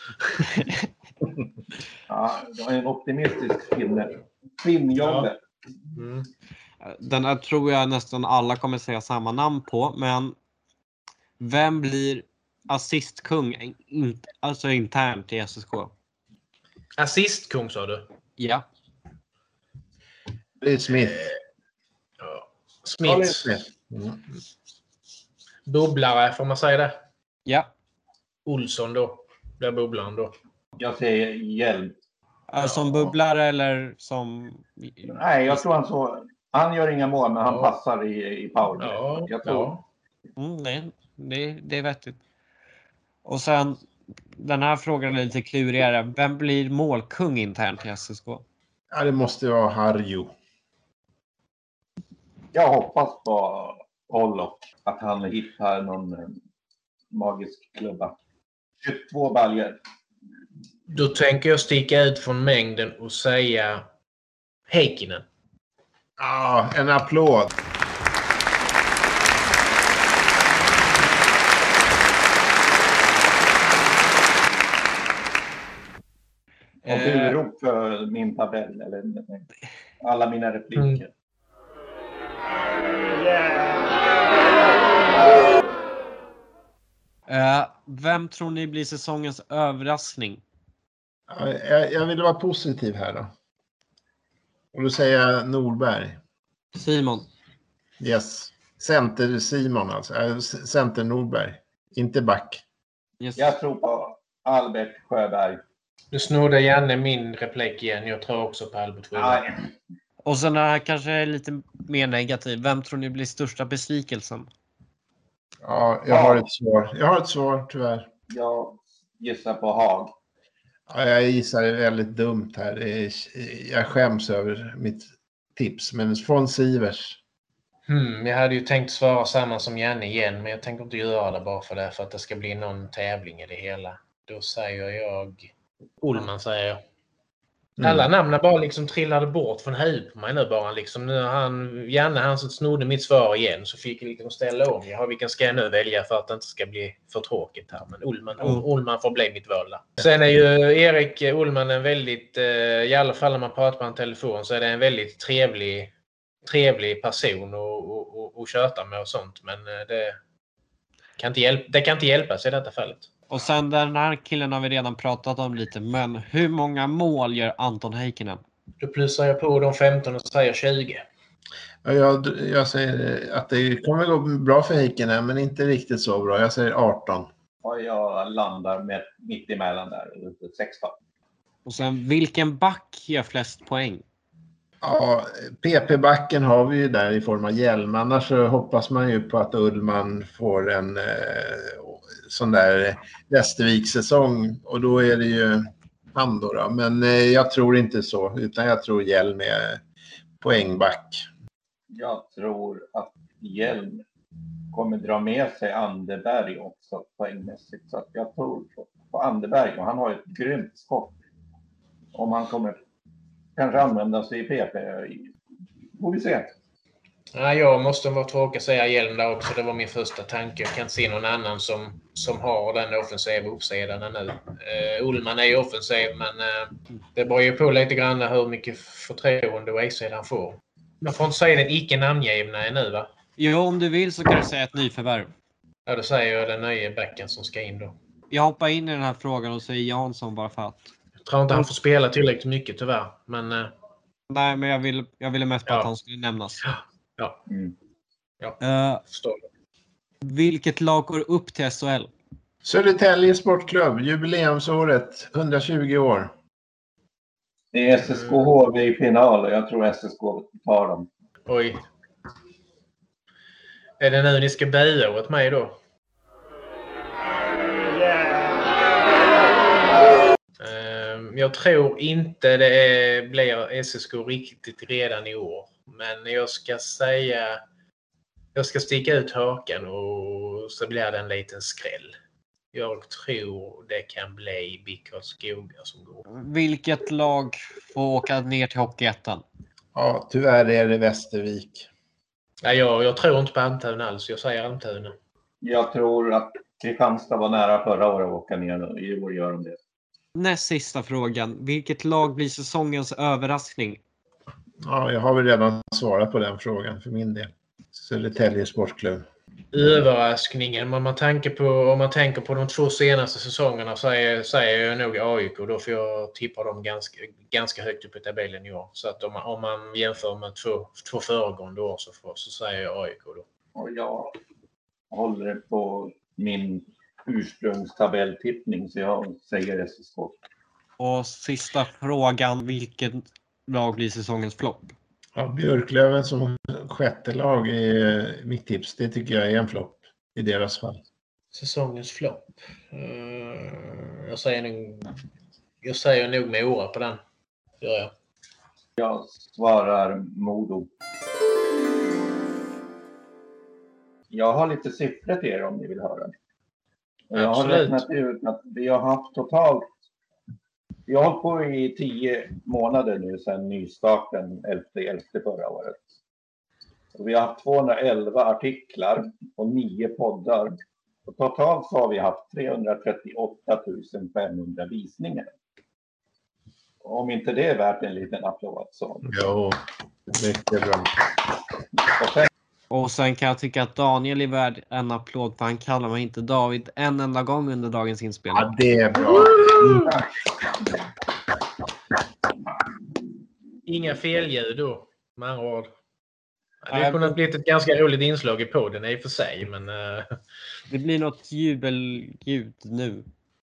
Ja, det är en optimistisk kvinna. Kvinnjobbet. Ja. Mm. Den här tror jag nästan alla kommer säga samma namn på, men vem blir assistkung, in, alltså internt i S S K? Assistkung sa du? Ja. Det är Smith. Ja. Smith. Smith. Mm. Bubblare, får man säga det? Ja. Olsson då. Där bubblaren då. Jag säger Hjelm. Ja. Som bubblare eller som... Nej, jag tror han så... Han gör inga mål, men han ja. passar i, i power. Ja, jag tror... ja. Mm, nej, det, det är vettigt. Och sen, den här frågan är lite klurigare. Vem blir målkung internt i S S K? Ja, det måste vara Harjo. Jag hoppas på Ollock. Att han hittar någon magisk klubba. tjugotvå baljor. Då tänker jag sticka ut från mängden och säga Heikkinen. Ja, en applåd. Och burop för min tabell. Eller alla mina repliker. Mm. Uh, vem tror ni blir säsongens överraskning? Ja, jag, jag vill vara positiv här då. Och då säger jag Norberg. Simon. Yes. Center Simon alltså. Äh, Center Norberg. Inte back. Yes. Jag tror på Albert Sjöberg. Du snodde gärna min replik igen. Jag tror också på Albert Sjöberg. Nej. Och sen är kanske lite mer negativ. Vem tror ni blir största besvikelsen? Ja, jag har ett svar. Jag har ett svar, tyvärr. Jag gissar på Haag. Ja, jag gissar det är väldigt dumt här. Jag skäms över mitt tips. Men från Sivers. Hmm, jag hade ju tänkt svara samma som Janne igen, men jag tänker inte göra det bara för det, för att det ska bli någon tävling i det hela. Då säger jag Ullman, säger jag. Mm. Alla namnen bara liksom trillade bort från huvudet på mig nu bara. Liksom, nu han, Janne han som snodde mitt svar igen, så fick jag liksom ställa om. Jag har, vilken ska jag nu välja för att det inte ska bli för tråkigt här? Men Ullman, Mm. Ullman får bli mitt val där. Sen är ju Erik Ullman en väldigt, i alla fall när man pratar på en telefon, så är det en väldigt trevlig, trevlig person att, att, att köta med och sånt. Men det kan inte hjälpa, det kan inte hjälpas i detta fallet. Och sen den här killen har vi redan pratat om lite, men hur många mål gör Anton Heikkinen? Då plussar jag på de femton och säger tjugo. Ja, jag, jag säger att det kommer gå bra för Heikkinen, men inte riktigt så bra. Jag säger arton. Och jag landar med mitt emellan där, sexton. Och sen vilken back gör flest poäng? Ja, P P-backen har vi ju där i form av Hjelm. Annars så hoppas man ju på att Ullman får en eh, sån där Västervik-säsong. Och då är det ju han då, då. Men eh, jag tror inte så, utan jag tror Hjelm är poängback. Jag tror att Hjelm kommer dra med sig Anderberg också poängmässigt. Så att jag tror på, på Anderberg, och han har ett grymt skott. Om han kommer kanske använda sig i P P, får vi se. Ja, jag måste vara tråkig att säga Hjelm där också. Det var min första tanke. Jag kan inte se någon annan som, som har den offensiva uppsidan nu. Uh, Ullman är ju offensiv, men uh, det beror ju på lite grann hur mycket förtroende och A-sidan får. Man får inte säga den icke namngivna ännu, va? Jo, om du vill så kan du säga ett nyförvärv. Ja, då säger jag den nya backen som ska in då. Jag hoppar in i den här frågan och säger Jansson bara för att. Jag tror inte han får spela tillräckligt mycket tyvärr, men... Uh, Nej, men jag, vill, jag ville mest på ja. att han skulle nämnas. Ja, Mm. ja. Uh, förstår det. Vilket lag går upp till S H L? Södertälje Sportklubb, jubileumsåret, hundratjugo år. Det är S S K H V i final och jag tror S S K tar dem. Oj. Är det nu ni ska böja åt mig då? Uh, jag tror inte det är, blir S S K riktigt redan i år. Men jag ska säga... Jag ska sticka ut hakan och så blir det en liten skräll. Jag tror det kan bli B K Skogar som går. Vilket lag får åka ner till Hockeyettan? Ja, tyvärr är det Västervik. Nej, jag, jag tror inte på Almtuna alls. Jag säger Almtuna. Jag tror att Kristianstad var nära förra året att åka ner. I år gör de det. Näst sista frågan. Vilket lag blir säsongens överraskning? Ja, jag har väl redan svarat på den frågan för min del. Södertälje Sportklubb. Överraskningen, om man tänker på, om man tänker på de två senaste säsongerna, så är, säger jag nog A I K. Då får jag tippa dem ganska, ganska högt upp i tabellen i år. Så att om man, om man jämför med två, två föregående år så, får, så säger jag A I K då. Och jag håller på min ursprungstabelltippning, så jag säger S S K. Och sista frågan. Vilket lag blir säsongens flopp? Ja, Björklöven som sjätte lag är mitt tips. Det tycker jag är en flopp i deras fall. Säsongens flopp. Uh, jag säger nog, jag säger nog med Mora på den. Gör jag. Jag svarar Modo. Jag har lite siffror till er om ni vill höra. Jag har Absolut. räknat ut att vi har haft totalt... Vi har hållit på i tio månader nu sedan nystarten elfte elfte förra året. Och vi har haft tvåhundraelva artiklar och nio poddar. Och totalt så har vi haft trehundratrettioåtta tusen femhundra visningar. Och om inte det är värt en liten applåd så... Jo, mycket bra. Och sen... Och sen kan jag tycka att Daniel är värd en applåd, för han kallar mig inte David en enda gång under dagens inspelning. Ja, det är bra. Inga felljud då, med andra ord. Det hade kunnat bli ett ganska roligt inslag i podden i och för sig, men... Uh... Det blir något jubelljud nu.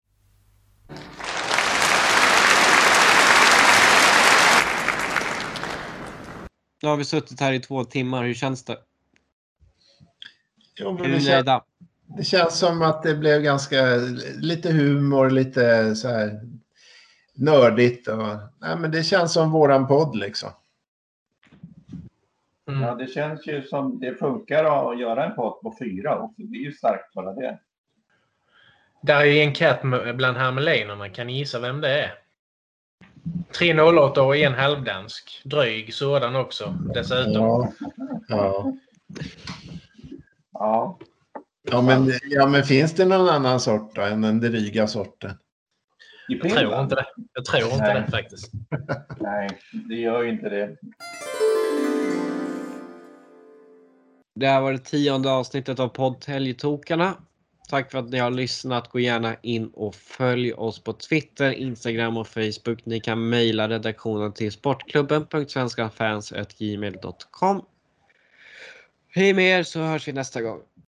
Nu har vi suttit här i två timmar. Hur känns det? Jo, men Är det, du känns, nöjda? det känns som att det blev ganska lite humor, lite så här nördigt. Och, nej, men det känns som våran podd liksom. Mm. Ja, det känns ju som det funkar att göra en pott på fyra också. Det är ju starkt bara det. Där är ju en katt bland hermelinerna. Kan ni gissa vem det är? Tre noll åtta och en halvdansk. Dryg sådan också dessutom. Ja. Ja. Ja. Ja, men, ja, men finns det någon annan sort då, än den dryga sorten? I Jag tror inte det. Jag tror inte Nej. det faktiskt. Nej, det gör ju inte det. Det här var det tionde avsnittet av poddhelgtokarna. Tack för att ni har lyssnat. Gå gärna in och följ oss på Twitter, Instagram och Facebook. Ni kan mejla redaktionen till sportklubben punkt svenskafans snabel-a gmail punkt com. Hej med er, så hörs vi nästa gång.